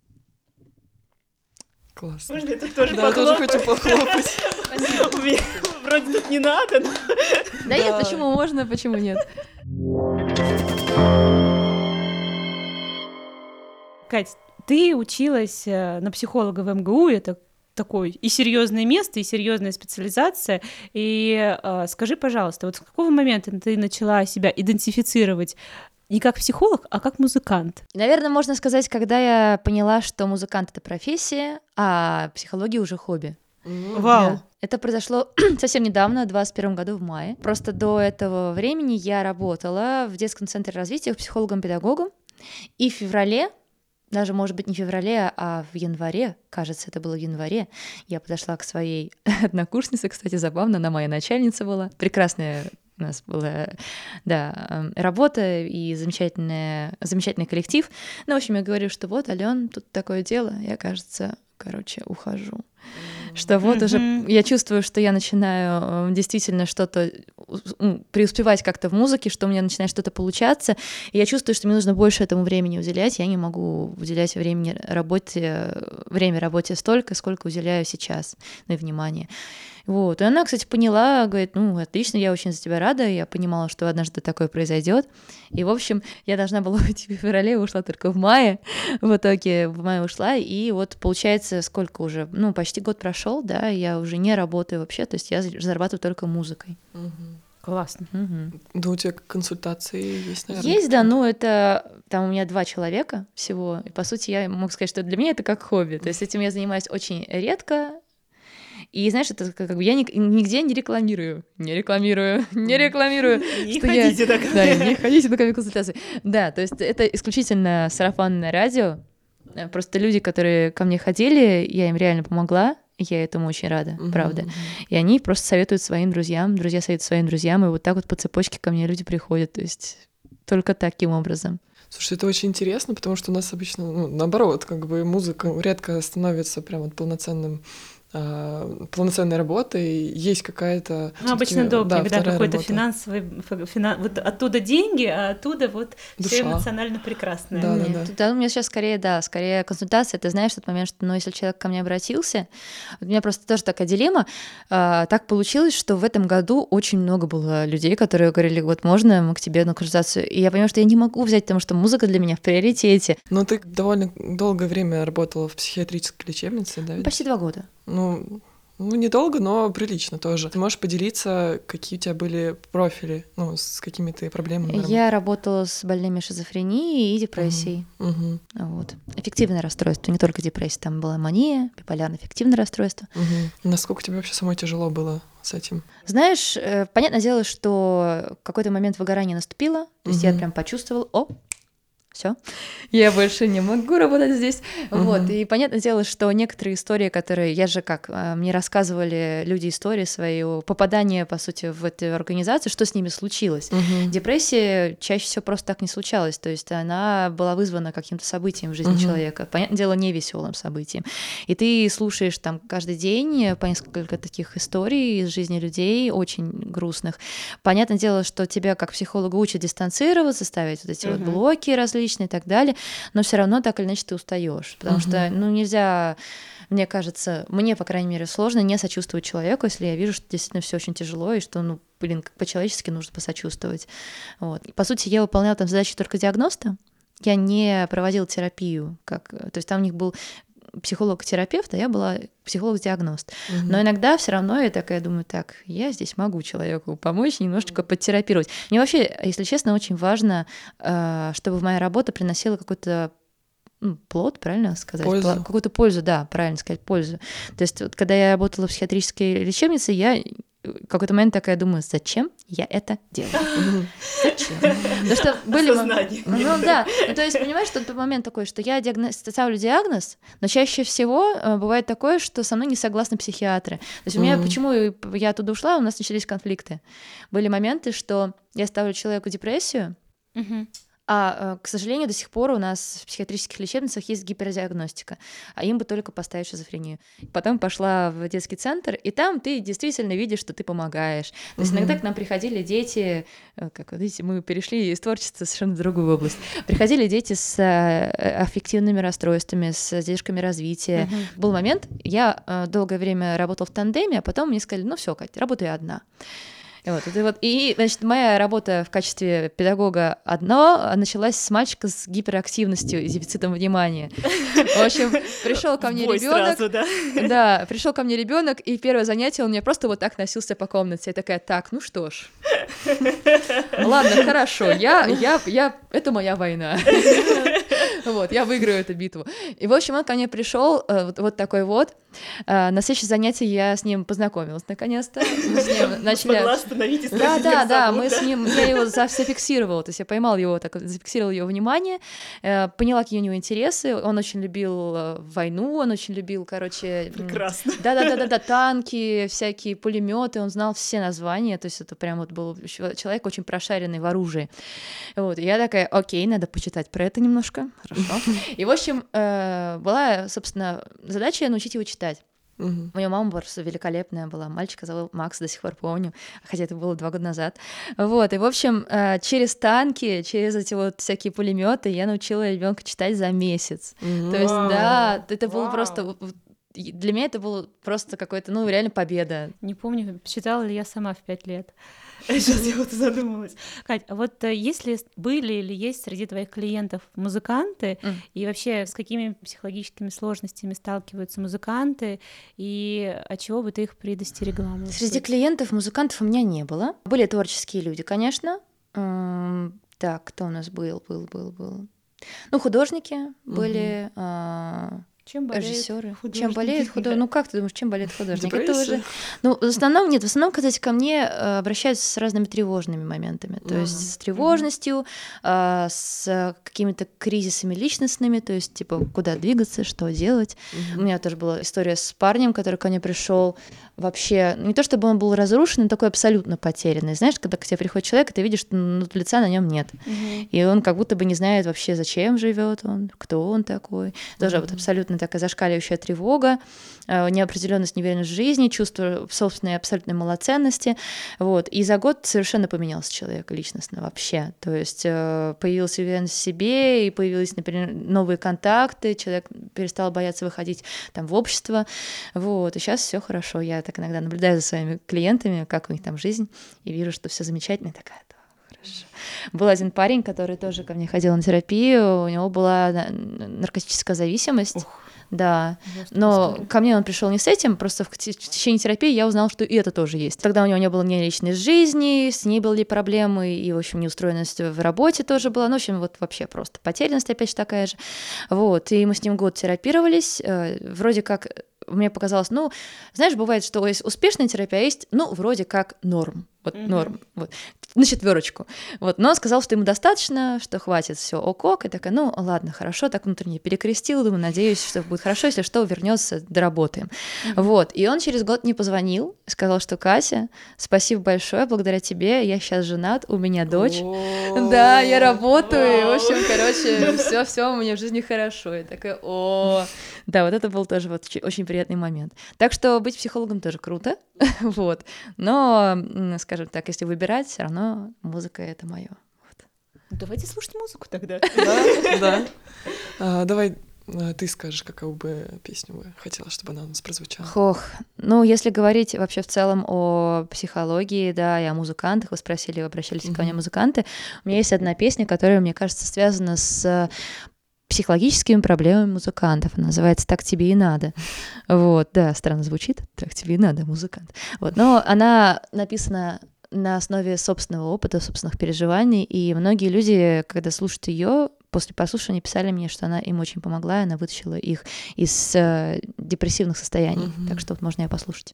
Классно. Можно я тут тоже да, похлопаю? тоже хочу похлопать. Спасибо. Вроде тут не надо. Да нет, почему можно, почему нет? Кать, ты училась на психолога в эм гэ у, это такое и серьезное место, и серьезная специализация. И э, скажи, пожалуйста, вот с какого момента ты начала себя идентифицировать не как психолог, а как музыкант? Наверное, можно сказать, когда я поняла, что музыкант — это профессия, а психология уже хобби. Вау! Да. Это произошло совсем недавно, в двадцать первом году в мае. Просто до этого времени я работала в детском центре развития психологом-педагогом, и в феврале, даже, может быть, не в феврале, а в январе, кажется, это было в январе, я подошла к своей однокурснице, кстати, забавно, она моя начальница была, прекрасная у нас была, да, работа и замечательная, замечательный коллектив. Ну, в общем, я говорю, что вот, Алён, тут такое дело, я, кажется, короче, ухожу. Что вот mm-hmm. уже я чувствую, что я начинаю действительно что-то преуспевать как-то в музыке, что у меня начинает что-то получаться, и я чувствую, что мне нужно больше этому времени уделять, я не могу уделять времени работе, время работе столько, сколько уделяю сейчас, ну и внимание. Вот. И она, кстати, поняла, говорит, ну, отлично, я очень за тебя рада, я понимала, что однажды такое произойдет. И, в общем, я должна была уйти в феврале, ушла только в мае, в итоге в мае ушла, и вот получается, сколько уже, ну, почти год прошел, да, я уже не работаю вообще, то есть я зарабатываю только музыкой. Угу. Классно. Угу. Да, у тебя консультации есть, наверное? Есть, да, но это там у меня два человека всего, и, по сути, я могу сказать, что для меня это как хобби, то есть этим я занимаюсь очень редко. И знаешь, это как бы я нигде не рекламирую, не рекламирую, не рекламирую. Не ходите на Да, не ходите на консультации. Да, то есть это исключительно сарафанное радио. Просто люди, которые ко мне ходили, я им реально помогла, я этому очень рада, правда. И они просто советуют своим друзьям, друзья советуют своим друзьям, и вот так вот по цепочке ко мне люди приходят, то есть только таким образом. Слушай, это очень интересно, потому что у нас обычно, ну, наоборот, как бы музыка редко становится прям вот полноценным полноценной работой, есть какая-то... Ну, обычно допинг, да, да какой-то работа. финансовый... Финан... Вот оттуда деньги, а оттуда вот все эмоционально прекрасное. Да, да, да. Да, у меня сейчас скорее, да, скорее консультация, ты знаешь, тот момент, что, ну, если человек ко мне обратился, у меня просто тоже такая дилемма, а, так получилось, что в этом году очень много было людей, которые говорили, вот можно мы к тебе на консультацию, и я понимаю, что я не могу взять, потому что музыка для меня в приоритете. Но ты довольно долгое время работала в психиатрической лечебнице, да? Почти два года. Ну, ну, недолго, но прилично тоже. Ты можешь поделиться, какие у тебя были профили, ну, с какими ты проблемами? Я работала с больными шизофренией и депрессией. Угу. Угу. Вот. Эффективное расстройство, не только депрессия, там была мания, биполярно-эффективное расстройство. Угу. Насколько тебе вообще самой тяжело было с этим? Знаешь, понятное дело, что в какой-то момент выгорание наступило, то есть угу. я прям почувствовала, о, все, я больше не могу работать здесь. Uh-huh. Вот. И понятное дело, что некоторые истории, которые, я же как, мне рассказывали люди истории свои, попадание, по сути, в эту организацию, что с ними случилось. Uh-huh. Депрессия чаще всего просто так не случалась, то есть она была вызвана каким-то событием в жизни uh-huh. человека, понятное дело, не веселым событием. И ты слушаешь там каждый день по несколько таких историй из жизни людей, очень грустных. Понятное дело, что тебя как психолога учат дистанцироваться, ставить вот эти uh-huh. вот блоки различные, и так далее, но все равно так или иначе ты устаешь, потому uh-huh. что, ну, нельзя, мне кажется, мне, по крайней мере, сложно не сочувствовать человеку, если я вижу, что действительно все очень тяжело, и что, ну, блин, по-человечески нужно посочувствовать. Вот. По сути, я выполняла там задачи только диагноста, я не проводила терапию, как, то есть там у них был психолог-терапевт, а я была психолог-диагност. Uh-huh. Но иногда все равно я такая думаю, так, я здесь могу человеку помочь, немножечко подтерапировать. Мне вообще, если честно, очень важно, чтобы моя работа приносила какой-то ну, плод, правильно сказать? Пользу. Какую-то пользу, да, правильно сказать, пользу. То есть вот, когда я работала в психиатрической лечебнице, я в какой-то момент такая думаю, зачем я это делаю? Зачем? Потому что были... Ну да, то есть, понимаешь, тот момент такой, что я ставлю диагноз, но чаще всего бывает такое, что со мной не согласны психиатры. То есть у меня, почему я оттуда ушла, у нас начались конфликты. Были моменты, что я ставлю человеку депрессию, а, к сожалению, до сих пор у нас в психиатрических лечебницах есть гипердиагностика, а им бы только поставить шизофрению. Потом пошла в детский центр, и там ты действительно видишь, что ты помогаешь. То есть mm-hmm. иногда к нам приходили дети, как вы видите, мы перешли из творчества в совершенно другую область. Приходили дети с аффективными расстройствами, с задержками развития. Mm-hmm. Был момент, я долгое время работала в тандеме, а потом мне сказали, ну все, Кать, работай одна. Вот, это вот. И, значит, моя работа в качестве педагога одно началась с мальчика с гиперактивностью и дефицитом внимания. В общем, пришел ко мне ребенок. Да? Да, пришел ко мне ребенок, и первое занятие он мне просто вот так носился по комнате. Я такая, так, ну что ж. Ладно, хорошо, я, я, я, это моя война. Вот, я выиграю эту битву. И, в общем, он ко мне пришел, вот, вот такой вот. На следующее занятие я с ним познакомилась, наконец-то. Мы с ним начали... Смогла остановить и Да, да, да, мы с ним, я его зафиксировала, то есть я поймала его, так зафиксировала его внимание, поняла, какие у него интересы. Он очень любил войну, он очень любил, короче... Прекрасно. Да-да-да-да, танки, всякие пулеметы, он знал все названия, то есть это прям вот был человек очень прошаренный в оружии. Вот, и я такая, окей, надо почитать про это немножко, хорошо. И, в общем, была, собственно, задача научить его читать. Угу. У меня мама просто великолепная была, мальчика зовут Макс, до сих пор помню, хотя это было два года назад. Вот, и, в общем, через танки, через эти вот всякие пулеметы я научила ребенка читать за месяц. Mm-hmm. То есть, да, это было wow. просто... Для меня это было просто какое-то, ну, реально победа. Не помню, читала ли я сама в пять лет. Сейчас я вот задумалась. Кать, а вот если были или есть среди твоих клиентов музыканты, mm. и вообще с какими психологическими сложностями сталкиваются музыканты, и от чего бы ты их предостерегла? Среди клиентов музыкантов у меня не было. Были творческие люди, конечно. М- так, кто у нас был, был, был, был? Ну, художники mm-hmm. были... А- Чем болеют режиссеры. художники? Чем болеют художники? Ну как ты думаешь, чем болеют художники? Депрессия? Это уже... Ну, в основном нет. В основном, кстати, ко мне э, обращаются с разными тревожными моментами. То uh-huh. есть с тревожностью, uh-huh. э, с какими-то кризисами личностными, то есть, типа, куда двигаться, что делать. Uh-huh. У меня тоже была история с парнем, который ко мне пришел вообще... Не то чтобы он был разрушен, но такой абсолютно потерянный. Знаешь, когда к тебе приходит человек, и ты видишь, что ну, лица на нем нет. Uh-huh. И он как будто бы не знает вообще, зачем живет он, кто он такой. Тоже uh-huh. вот абсолютно такая зашкаливающая тревога, неопределенность, неуверенность в жизни, чувство собственной абсолютной малоценности. Вот. И за год совершенно поменялся человек личностно вообще. То есть появилась уверенность в себе, и появились, например, новые контакты, человек перестал бояться выходить там, в общество. Вот. И сейчас все хорошо. Я так иногда наблюдаю за своими клиентами, как у них там жизнь, и вижу, что все замечательно, и такая... Был один парень, который тоже ко мне ходил на терапию, у него была наркотическая зависимость. Ух. Да, но история. Ко мне он пришел не с этим, просто в течение терапии я узнала, что и это тоже есть. Тогда у него не было ни личной жизни, с ней были проблемы, и, в общем, неустроенность в работе тоже была, ну, в общем, вот вообще просто потерянность опять же такая же. Вот, и мы с ним год терапировались, вроде как мне показалось, ну, знаешь, бывает, что есть успешная терапия, а есть, ну, вроде как норм. Вот mm-hmm. норм, вот, на четверочку. Вот, но он сказал, что ему достаточно, что хватит, все ок-ок, и такая, ну ладно, хорошо, так внутренне перекрестил, думаю, надеюсь, что будет хорошо, если что, вернется, доработаем. Mm-hmm. Вот, и он через год мне позвонил, сказал, что Катя, спасибо большое, благодаря тебе, я сейчас женат, у меня дочь, oh. да, я работаю, wow. в общем, короче, все, все у меня в жизни хорошо, и такая, о, да, вот это был тоже вот очень приятный момент. Так что быть психологом тоже круто, вот, но, скажем так, если выбирать, все равно музыка — это моё. Вот. Давайте слушать музыку тогда. Да, да. А, давай ты скажешь, какую бы песню бы хотела, чтобы она у нас прозвучала. Ох, ну, если говорить вообще в целом о психологии, да, и о музыкантах, вы спросили, обращались mm-hmm. ко мне музыканты, у меня есть одна песня, которая, мне кажется, связана с психологическими проблемами музыкантов. Она называется «Так тебе и надо». Вот, да, странно звучит. «Так тебе и надо, музыкант». Вот, но она написана на основе собственного опыта, собственных переживаний, и многие люди, когда слушают ее, после прослушивания писали мне, что она им очень помогла, и она вытащила их из э, депрессивных состояний. Mm-hmm. Так что вот можно ее послушать.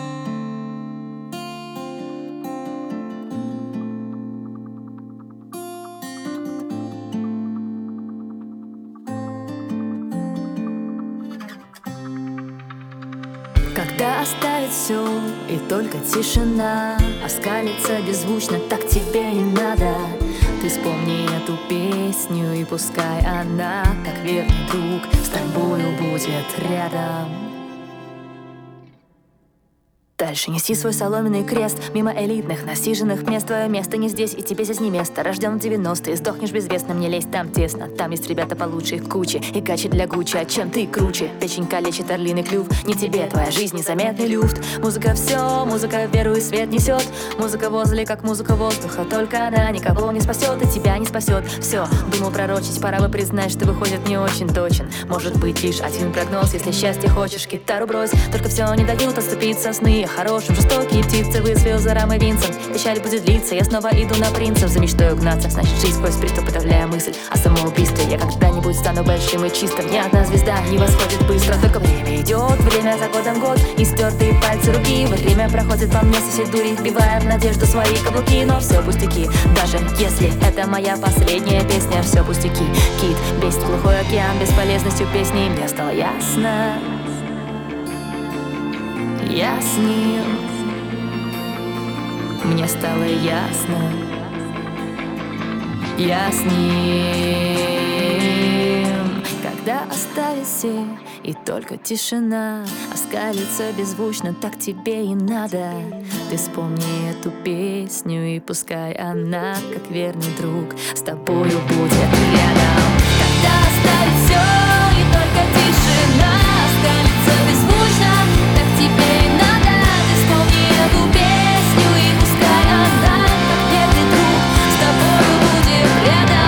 Когда оставить все и только тишина, оскалится беззвучно, так тебе и надо. Ты вспомни эту песню, и пускай она, как верный друг, с тобою будет рядом. дальше, неси свой соломенный крест. Мимо элитных, насиженных мест. Твое место не здесь, и тебе здесь не место. Рожден в девяностые, сдохнешь безвестно. Мне лезть там тесно, там есть ребята получше, их кучи. И гачи для Гуччи, а чем ты круче? Печень калечит орлиный клюв. Не тебе, твоя жизнь незаметный люфт. Музыка все, музыка веру и свет несет. Музыка возле, как музыка воздуха. Только она никого не спасет и тебя не спасет. Все, думал пророчить, пора бы признать, что выходит не очень точен. Может быть лишь один прогноз, если счастье хочешь, гитару брось. Только все не дают отступиться сны о хорошем. Жестокие птицы вызвел за рамой Винсент. Печаль будет длиться, я снова иду на принцев. За мечтой угнаться, значит жизнь сквозь приступ, подавляя мысль о самоубийстве. Я когда-нибудь стану большим и чистым. Ни одна звезда не восходит быстро. Только время идет, время за годом год. И стертые пальцы руки, время проходит по мне со всей дури, вбивая в надежду свои каблуки. Но все пустяки, даже если это моя последняя песня. Все пустяки, кит бесит глухой океан бесполезностью песни. Мне стало ясно, я с ним. Мне стало ясно, я с ним. Когда оставит все и только тишина, оскалится беззвучно, так тебе и надо. Ты вспомни эту песню, и пускай она, как верный друг, с тобою будет рядом. Когда оставит все и только тишина, оскалится беззвучно, так тебе и надо. Ты вспомни эту песню, и пускай она, как верный друг, с тобою будет рядом.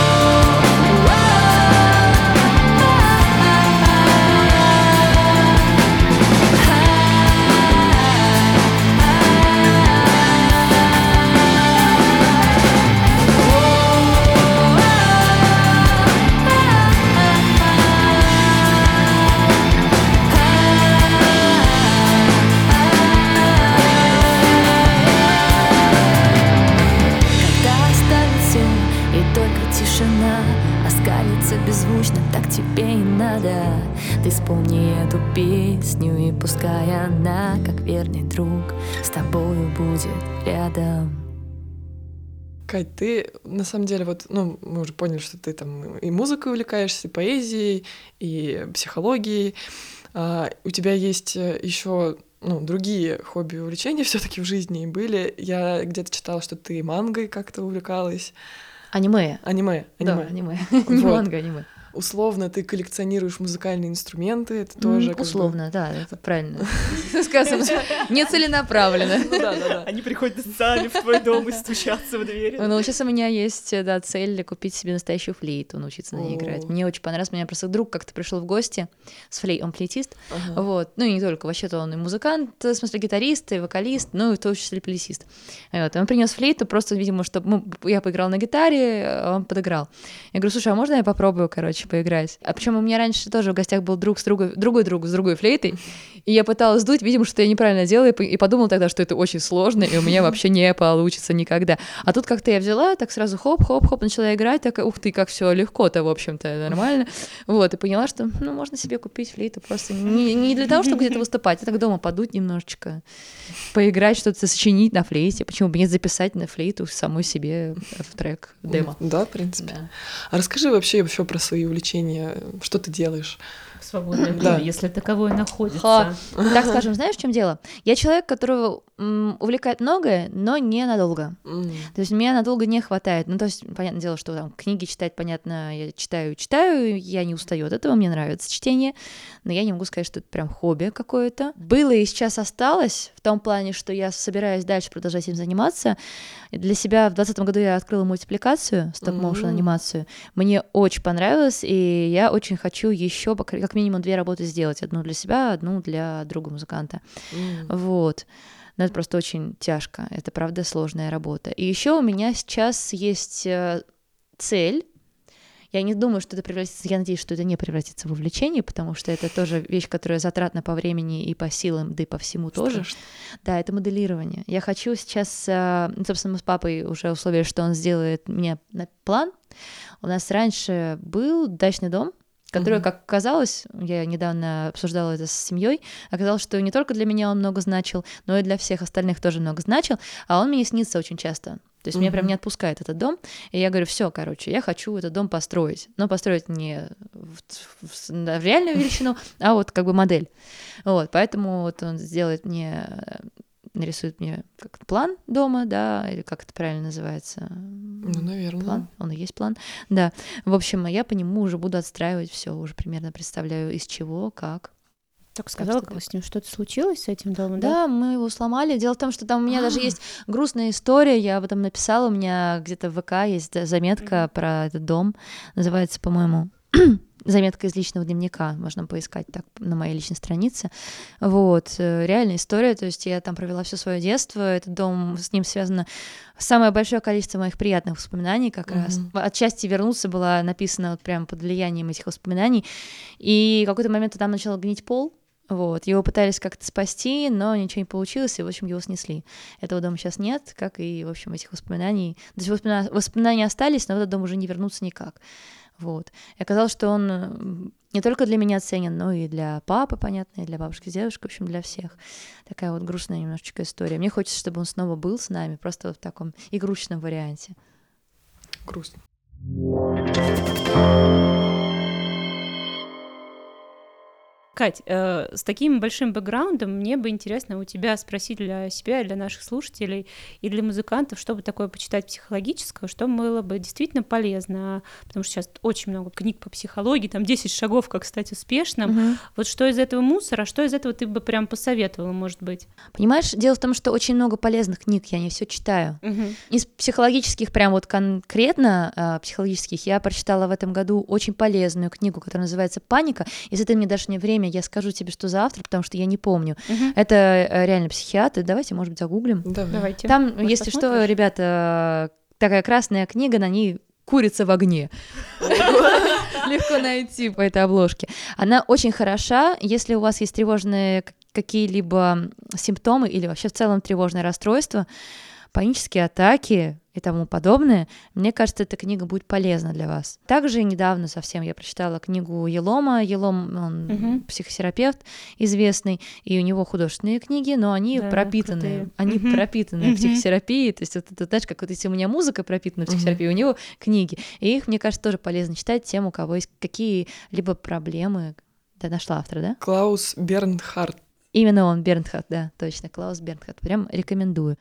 Беззвучно, так тебе и надо. Ты вспомни эту песню, и пускай она, как верный друг, с тобою будет рядом. Кать, ты на самом деле вот, ну, мы уже поняли, что ты там и музыкой увлекаешься, и поэзией, и психологией. А, у тебя есть еще, ну, другие хобби и увлечения все-таки в жизни были. Я где-то читала, что ты мангой как-то увлекалась. Аниме. Аниме, аниме. Да, аниме. Не Вот. манга, аниме. Условно ты коллекционируешь музыкальные инструменты, это тоже... М, как бы- Условно, да, это правильно сказано. Нецеленаправленно. Ну да, да, да. Они приходят сами в твой дом и стучатся в дверь. Ну, сейчас у меня есть, да, цель купить себе настоящую флейту, научиться на ней О. играть. Мне очень понравилось. У меня просто друг как-то пришел в гости с флейтой, он флейтист. Ага. Вот. Ну, и не только, вообще-то он и музыкант, в смысле гитарист, и вокалист, ну, и в том числе плейтист. Вот. И он принес флейту, просто, видимо, чтобы ну, я поиграла на гитаре, а он подыграл. Я говорю, слушай, а можно я попробую, короче, поиграть? А причем у меня раньше тоже в гостях был друг с другой, другой друг с другой флейтой, и я пыталась дуть, видимо, что я неправильно делала, и по- и подумала тогда, что это очень сложно, и у меня вообще не получится никогда. А тут как-то я взяла, так сразу хоп-хоп-хоп, начала играть, такая, ух ты, как все легко-то, в общем-то, нормально. Вот, и поняла, что, ну, можно себе купить флейту просто не, не для того, чтобы где-то выступать, а так дома подуть немножечко, поиграть, что-то сочинить на флейте, почему бы не записать на флейту самой себе в трек, демо. Да, в принципе. Да. А расскажи вообще еще про свои увлечения, что ты делаешь? В свободное время, Да. если таковое находится. Ха. Так скажем, знаешь, в чем дело? Я человек, которого м, увлекает многое, но ненадолго. М. То есть меня надолго не хватает. Ну, то есть, понятное дело, что там книги читать, понятно, я читаю, читаю, я не устаю от этого, мне нравится чтение, но я не могу сказать, что это прям хобби какое-то. Было и сейчас осталось, в том плане, что я собираюсь дальше продолжать этим заниматься. Для себя в двадцатом году я открыла мультипликацию, стоп-моушен анимацию. Мне очень понравилось, и я очень хочу еще как минимум две работы сделать. Одну для себя, одну для друга музыканта. М. Вот. Но это просто очень тяжко. Это, правда, сложная работа. И еще у меня сейчас есть э, цель. Я не думаю, что это превратится... Я надеюсь, что это не превратится в увлечение, потому что это тоже вещь, которая затратна по времени и по силам, да и по всему тоже. Страшно. Да, это моделирование. Я хочу сейчас... э, Собственно, мы с папой уже условились, что он сделает мне на план. У нас раньше был дачный дом, который, Мгм. как оказалось, я недавно обсуждала это с семьей, оказалось, что не только для меня он много значил, но и для всех остальных тоже много значил, а он мне снится очень часто. То есть mm-hmm. меня прям не отпускает этот дом, и я говорю, все, короче, я хочу этот дом построить, но построить не в, в, в реальную величину, а вот как бы модель. Вот, поэтому вот он сделает мне, нарисует мне как план дома, да, или как это правильно называется? Ну, наверное. План, он и есть план, да. В общем, я по нему уже буду отстраивать все, уже примерно представляю, из чего, как. Так сказала, что как с ним что-то случилось с этим домом, да? Да, мы его сломали. Дело в том, что там у меня даже есть грустная история. Я об этом написала. У меня где-то в ВК есть заметка mm-hmm. про этот дом. Называется, по-моему, заметка из личного дневника. Можно поискать так на моей личной странице. Вот. Реальная история. То есть я там провела все свое детство. Этот дом, с ним связано самое большое количество моих приятных воспоминаний как mm-hmm. раз. Отчасти «Вернуться» была написана вот прямо под влиянием этих воспоминаний. И в какой-то момент там начал гнить пол. Вот, его пытались как-то спасти, но ничего не получилось, и, в общем, его снесли. Этого дома сейчас нет, как и, в общем, этих воспоминаний. То есть воспоминания, воспоминания остались, но в этот дом уже не вернуться никак. Вот. И оказалось, что он не только для меня ценен, но и для папы, понятно, и для бабушки с дедушкой, в общем, для всех. Такая вот грустная немножечко история. Мне хочется, чтобы он снова был с нами, просто вот в таком игрушечном варианте. Грустно. Кать, э, с таким большим бэкграундом мне бы интересно у тебя спросить для себя, для наших слушателей и для музыкантов, чтобы такое почитать психологическое, что было бы действительно полезно, потому что сейчас очень много книг по психологии, там десять шагов, как стать успешным. Угу. Вот что из этого мусора, что из этого ты бы прям посоветовала, может быть? Понимаешь, дело в том, что очень много полезных книг, я не все читаю. Угу. Из психологических, прям вот конкретно э, психологических, я прочитала в этом году очень полезную книгу, которая называется «Паника». Если ты мне дашь мне время, я скажу тебе, что за автор, потому что я не помню. Uh-huh. Это реально психиатр. Давайте, может быть, загуглим. Давай. Давайте. Там, может, если посмотришь? что, ребята, такая красная книга, на ней «Курица в огне». Легко найти по этой обложке. Она очень хороша, если у вас есть тревожные какие-либо симптомы или вообще в целом тревожное расстройство, панические атаки и тому подобное, мне кажется, эта книга будет полезна для вас. Также недавно совсем я прочитала книгу Елома. Елом, он угу. психотерапевт известный, и у него художественные книги, но они да, пропитаны, крутые. они угу. пропитаны угу. психотерапией, то есть вот это, знаешь, как вот если у меня музыка пропитана психотерапией, угу. у него книги, и их, мне кажется, тоже полезно читать тем, у кого есть какие-либо проблемы. Ты нашла автора, да? Клаус Бернхард. Именно он, Бернхард, да, точно, Клаус Бернхард, прям рекомендую.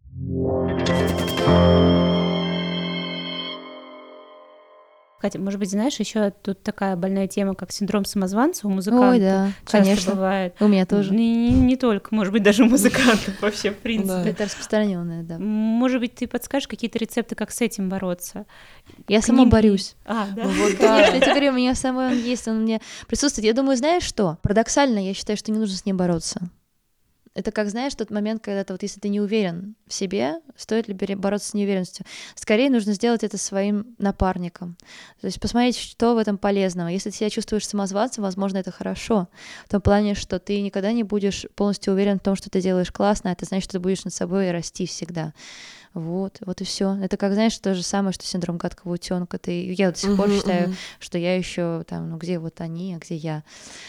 Катя, может быть, знаешь, еще тут такая больная тема, как синдром самозванца у музыкантов. Ой, да, часто конечно. Бывает. У меня тоже. Не, не только, может быть, даже у музыкантов вообще, в принципе. Это распространенное, да. Может быть, ты подскажешь какие-то рецепты, как с этим бороться? Я сама борюсь. А, да? Вот, да. Я тебе говорю, у меня самой он есть, он у меня присутствует. Я думаю, знаешь что? Парадоксально, я считаю, что не нужно с ним бороться. Это как, знаешь, тот момент, когда ты, вот, если ты не уверен в себе, стоит ли бороться с неуверенностью. Скорее нужно сделать это своим напарником. То есть посмотреть, что в этом полезного. Если ты себя чувствуешь самозванцем, возможно, это хорошо. В том плане, что ты никогда не будешь полностью уверен в том, что ты делаешь классно, а это значит, что ты будешь над собой расти всегда. Вот, вот и все. Это как, знаешь, то же самое, что синдром гадкого утенка. Ты, я до сих uh-huh, пор считаю, uh-huh. что я еще там, ну где вот они, а где я.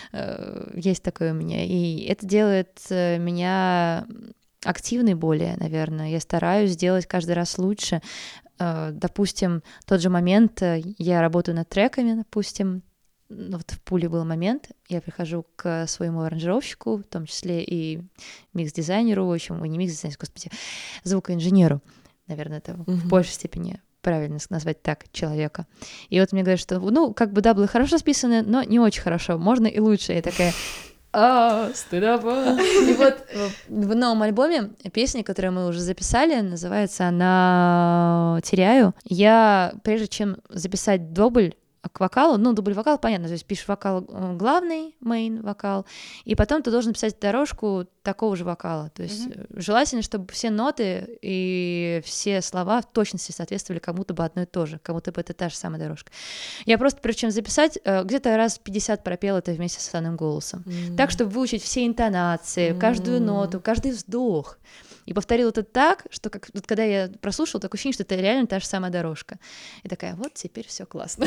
Э, есть такое у меня. И это делает меня активной более, наверное. Я стараюсь сделать каждый раз лучше. Э, допустим, тот же момент, я работаю над треками, допустим, вот в Пуле был момент, я прихожу к своему аранжировщику, в том числе и микс-дизайнеру, в общем, не микс-дизайнеру, господи, звукоинженеру, наверное, это uh-huh. в большей степени правильно назвать так человека. И вот мне говорят, что, ну, как бы даблы хорошо списаны, но не очень хорошо, можно и лучше. Я такая... А, стыдоба. И вот в новом альбоме песня, которую мы уже записали, называется она «Теряю». Я, прежде чем записать дубль к вокалу, ну, дубль вокал, понятно, то есть пишешь вокал главный, мейн вокал, и потом ты должен писать дорожку такого же вокала, то есть mm-hmm. желательно, чтобы все ноты и все слова в точности соответствовали кому-то бы одно и то же, кому-то бы это та же самая дорожка. Я просто, прежде чем записать, где-то раз пятьдесят пропела это вместе с основным голосом, mm-hmm. так, чтобы выучить все интонации, mm-hmm. каждую ноту, каждый вздох. И повторила это так, что как, вот, когда я прослушала, такое ощущение, что это реально та же самая дорожка. И такая, вот теперь все классно.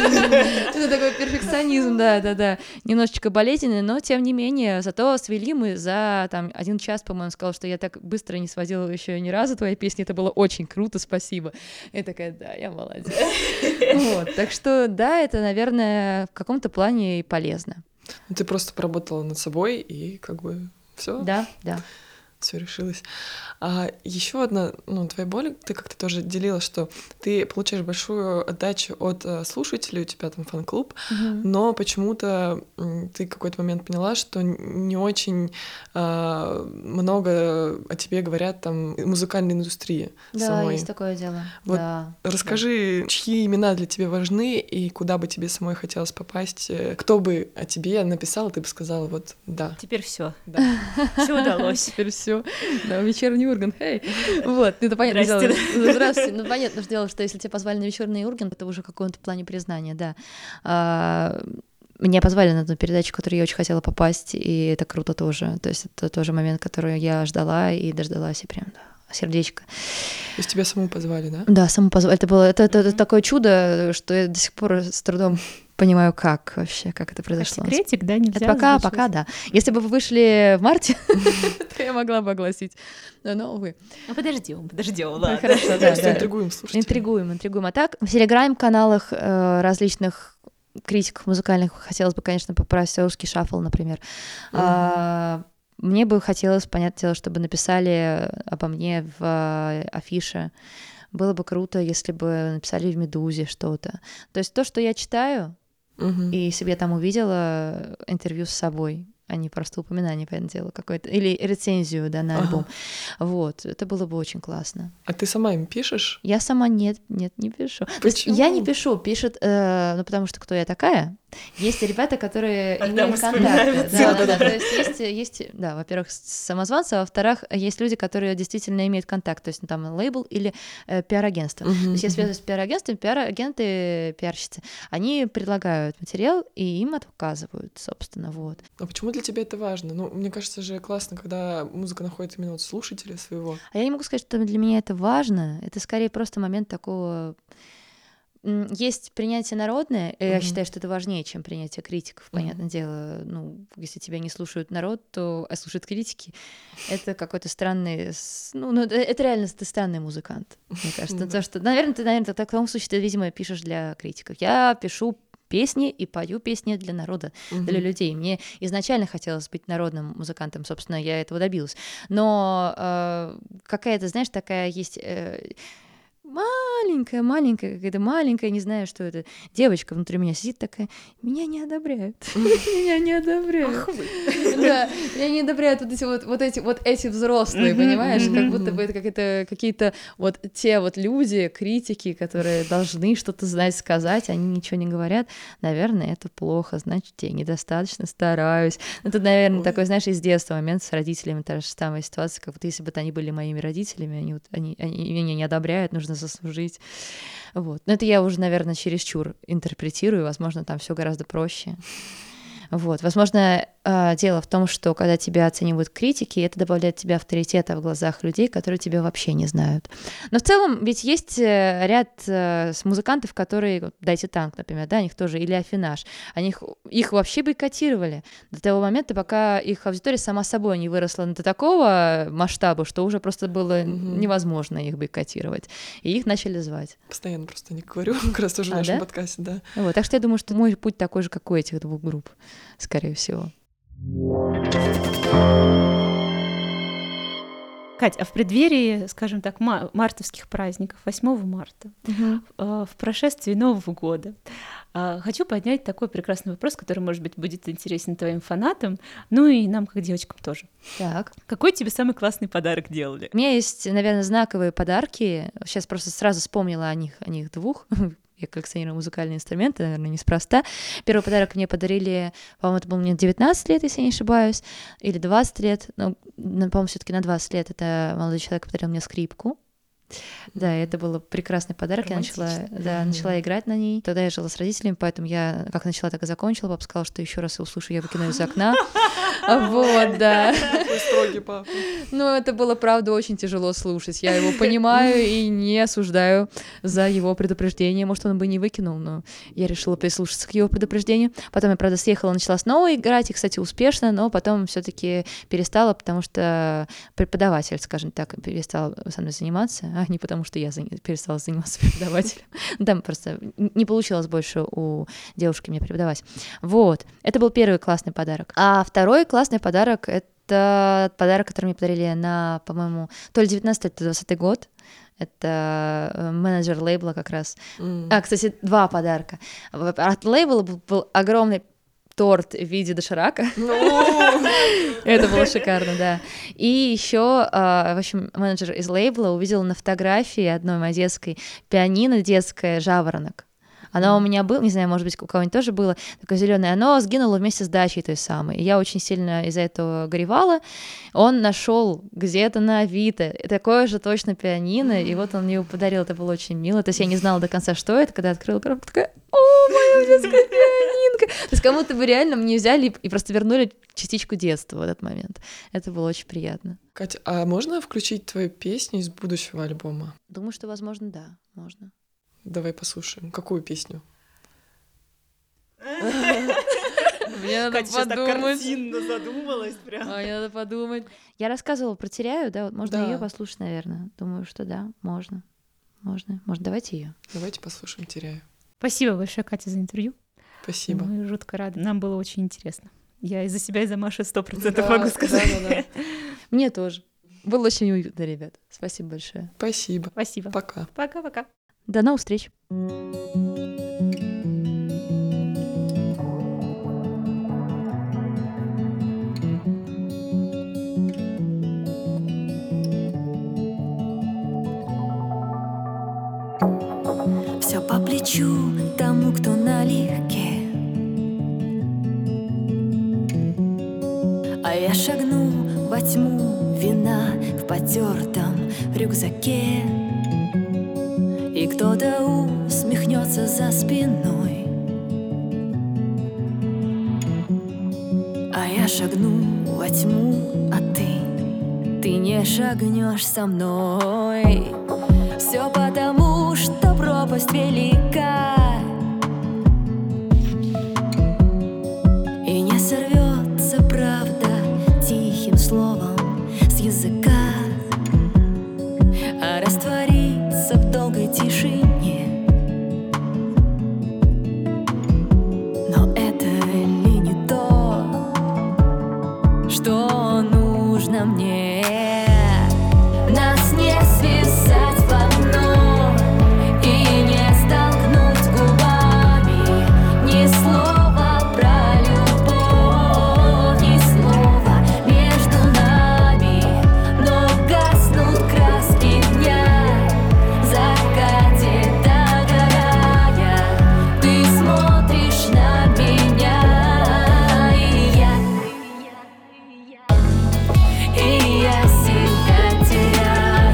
Это такой перфекционизм, да-да-да. Немножечко болезненный, но тем не менее, зато свели мы за там один час, по-моему, сказала, что я так быстро не сводила еще ни разу твои песни, это было очень круто, спасибо. Я такая, да, я молодец. Вот, так что, да, это, наверное, в каком-то плане и полезно. Ты просто поработала над собой, и как бы все. Да, да. Все решилось. А еще одна, ну, твоя боль, ты как-то тоже делилась, что ты получаешь большую отдачу от uh, слушателей, у тебя там фан-клуб, mm-hmm. но почему-то м, ты в какой-то момент поняла, что не очень uh, много о тебе говорят там музыкальной индустрии. Да, самой. Есть такое дело. Вот да. Расскажи, да. чьи имена для тебя важны и куда бы тебе самой хотелось попасть, кто бы о тебе написал, ты бы сказала, вот, да. Теперь все. Да. Все удалось. Теперь все. Да, вечерний Ургант, эй! Вот, ну это понятно. Здравствуйте. Дело, здравствуйте. Ну понятно дело, что если тебя позвали на вечерний Ургант, это уже в каком-то плане признания, да. А, меня позвали на эту передачу, в которую я очень хотела попасть, и это круто тоже. То есть это тоже момент, который я ждала и дождалась, и прям, да, сердечко. То есть тебя саму позвали, да? Да, саму позвали. Это было это, это, это такое чудо, что я до сих пор с трудом понимаю, как вообще, как это произошло. Секретик, да, нельзя это пока, озвучивать. пока, да. Если бы вы вышли в марте, то я могла бы огласить. Но, увы. Ну, подождем, подождем, ладно. Хорошо, да, Просто да. интригуем слушателей. Интригуем, интригуем. А так, в телеграм-каналах э, различных критиков музыкальных хотелось бы, конечно, попасть русский шаффл, например. Мгм. А, мне бы хотелось, понятное дело, чтобы написали обо мне в э, афише. Было бы круто, если бы написали в «Медузе» что-то. То есть то, что я читаю, Мгм. и если бы я там увидела интервью с собой, а не просто упоминание, понятное дело, какое-то, или рецензию, да, на Ага. альбом. Вот, это было бы очень классно. А ты сама им пишешь? Я сама нет, нет, не пишу. То есть Почему? я не пишу, пишет, э, ну потому что кто я такая. Есть ребята, которые Тогда имеют мы вспоминаем контакты. это. Да, да, да. То есть есть, есть, да, во-первых, самозванцы, а во-вторых, есть люди, которые действительно имеют контакт, то есть там лейбл или э, пиар-агентство. Мгм, То есть я мгм. связываюсь с пиар-агентством, пиар-агенты, пиарщицы, они предлагают материал, и им отказывают, собственно, вот. А почему для тебя это важно? Ну, мне кажется же классно, когда музыка находит именно вот слушателя своего. А я не могу сказать, что для меня это важно, это скорее просто момент такого... М, Есть принятие народное, и я Мгм. считаю, что это важнее, чем принятие критиков, Мгм. понятное дело. Ну, если тебя не слушают народ, то а слушают критики. Это какой-то странный... с- Ну, ну, это- это реально ты странный музыкант, мне кажется. Да. То, что, наверное, ты, наверное, в таком случае ты, видимо, пишешь для критиков. Я пишу песни и пою песни для народа, Мгм. для людей. Мне изначально хотелось быть народным музыкантом, собственно, я этого добилась. Но э, какая-то, знаешь, такая есть... э, маленькая, маленькая, какая-то маленькая, не знаю, что это, девочка внутри меня сидит такая, меня не одобряют, меня не одобряют. Да, меня не одобряют вот эти вот, вот эти вот эти взрослые, Мгм, понимаешь, мгм, как будто бы это какие-то какие-то вот те вот люди, критики, которые должны что-то знать, сказать, они ничего не говорят. Наверное, это плохо, значит, я недостаточно стараюсь. Это, наверное, Ой. такой, знаешь, из детства момент с родителями, та же самая ситуация, как вот если бы они были моими родителями, они, вот, они, они меня не одобряют, нужно заслужить. Вот. Но это я уже, наверное, чересчур интерпретирую, возможно, там все гораздо проще. Вот. Возможно, э, дело в том, что когда тебя оценивают критики, это добавляет тебе авторитета в глазах людей, которые тебя вообще не знают. Но в целом ведь есть э, ряд э, с музыкантов, которые, вот, «Дайте танк», например, да, у них тоже, или «Афинаж», они их, их вообще бойкотировали до того момента, пока их аудитория сама собой не выросла до такого масштаба, что уже просто было Мгм. невозможно их бойкотировать. И их начали звать. Постоянно просто не говорю, как раз тоже в А, нашем да? подкасте, да. Вот. Так что я думаю, что мой путь такой же, как у этих двух групп, скорее всего. Кать, а в преддверии, скажем так, ма- мартовских праздников, восьмого марта, э, в прошествии Нового года, э, хочу поднять такой прекрасный вопрос, который, может быть, будет интересен твоим фанатам, ну и нам, как девочкам, тоже. Так. Какой тебе самый классный подарок делали? У меня есть, наверное, знаковые подарки. Сейчас просто сразу вспомнила о них, о них двух. Я коллекционирую музыкальные инструменты, наверное, неспроста. Первый подарок мне подарили, по-моему, это было мне девятнадцать лет, если я не ошибаюсь, или двадцать лет. Ну, на- по-моему, все-таки на двадцать лет. Это молодой человек подарил мне скрипку. Да, это был прекрасный подарок. Я начала, да, Мгм. начала играть на ней. Тогда я жила с родителями, поэтому я как начала, так и закончила. Папа сказал, что еще раз услышу, я выкину из окна. Вот, да. Такой строгий папа. Но это было, правда, очень тяжело слушать. Я его понимаю и не осуждаю за его предупреждение. Может, он бы не выкинул, но я решила прислушаться к его предупреждению. Потом я, правда, съехала, начала снова играть, и, кстати, успешно, но потом все-таки перестала, потому что преподаватель, скажем так, перестал со мной заниматься, а не потому, что я заня- перестала заниматься преподавателем. Там просто не получилось больше у девушки мне преподавать. Вот, это был первый классный подарок. А второй классный подарок — это подарок, который мне подарили на, по-моему, то ли девятнадцатый, то ли двадцатый год. Это э, менеджер лейбла как раз. М. А, кстати, два подарка. В- От лейбла был, был огромный торт в виде доширака. Ну, Это было шикарно, да. И еще, в общем, менеджер из лейбла увидел на фотографии одной моей детской пианино детское «Жаворонок». Оно у меня было, не знаю, может быть, у кого-нибудь тоже было, такое зеленое. Оно сгинуло вместе с дачей той самой. И я очень сильно из-за этого горевала. Он нашел где-то на Авито такое же точно пианино, и вот он мне его подарил. Это было очень мило. То есть я не знала до конца, что это, когда открыла коробку, такая: «О, моя детская пианинка!» То есть кому-то бы реально мне взяли и просто вернули частичку детства в этот момент. Это было очень приятно. Катя, а можно включить твою песню из будущего альбома? Думаю, что, возможно, да, можно. Давай послушаем. Какую песню? Мне надо Катя сейчас так подумать. картинно задумалась прям. А, мне надо подумать. Я рассказывала про «Теряю», да, вот можно Да. ее послушать, наверное. Думаю, что да, можно. Можно. Может, давайте ее. Давайте послушаем «Теряю». Спасибо большое, Катя, за интервью. Спасибо. Мы жутко рады. Нам было очень интересно. Я и за себя, и за Машу сто процентов Да, могу сказать. да, да, да. Мне тоже. Было очень уютно, ребят. Спасибо большое. Спасибо. Спасибо. Пока. Пока-пока. До новых встреч. Все по плечу тому, кто налегке, а я шагну во тьму, вина в потертом рюкзаке, и кто-то усмехнется за спиной, а я шагну во тьму, а ты, ты не шагнешь со мной. Все потому, что пропасть велика, и не сорвется правда тихим словом с языка, а растворится в долгой тишине. Но это ли не то, что нужно мне? Нас не связать в одно и не столкнуть губами. Ни слова про любовь, ни слова между нами. Но гаснут краски дня, в закате догорая. Ты смотришь на меня, и я, и я себя теряю.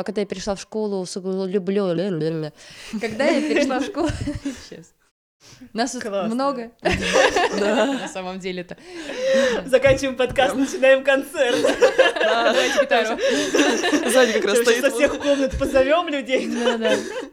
когда я перешла в школу, люблю... Когда я перешла в школу... Сейчас. Нас тут много. На самом деле-то. Заканчиваем подкаст, начинаем концерт. Давайте гитару. Сзади как раз стоит. Со всех комнат позовем людей. Да-да.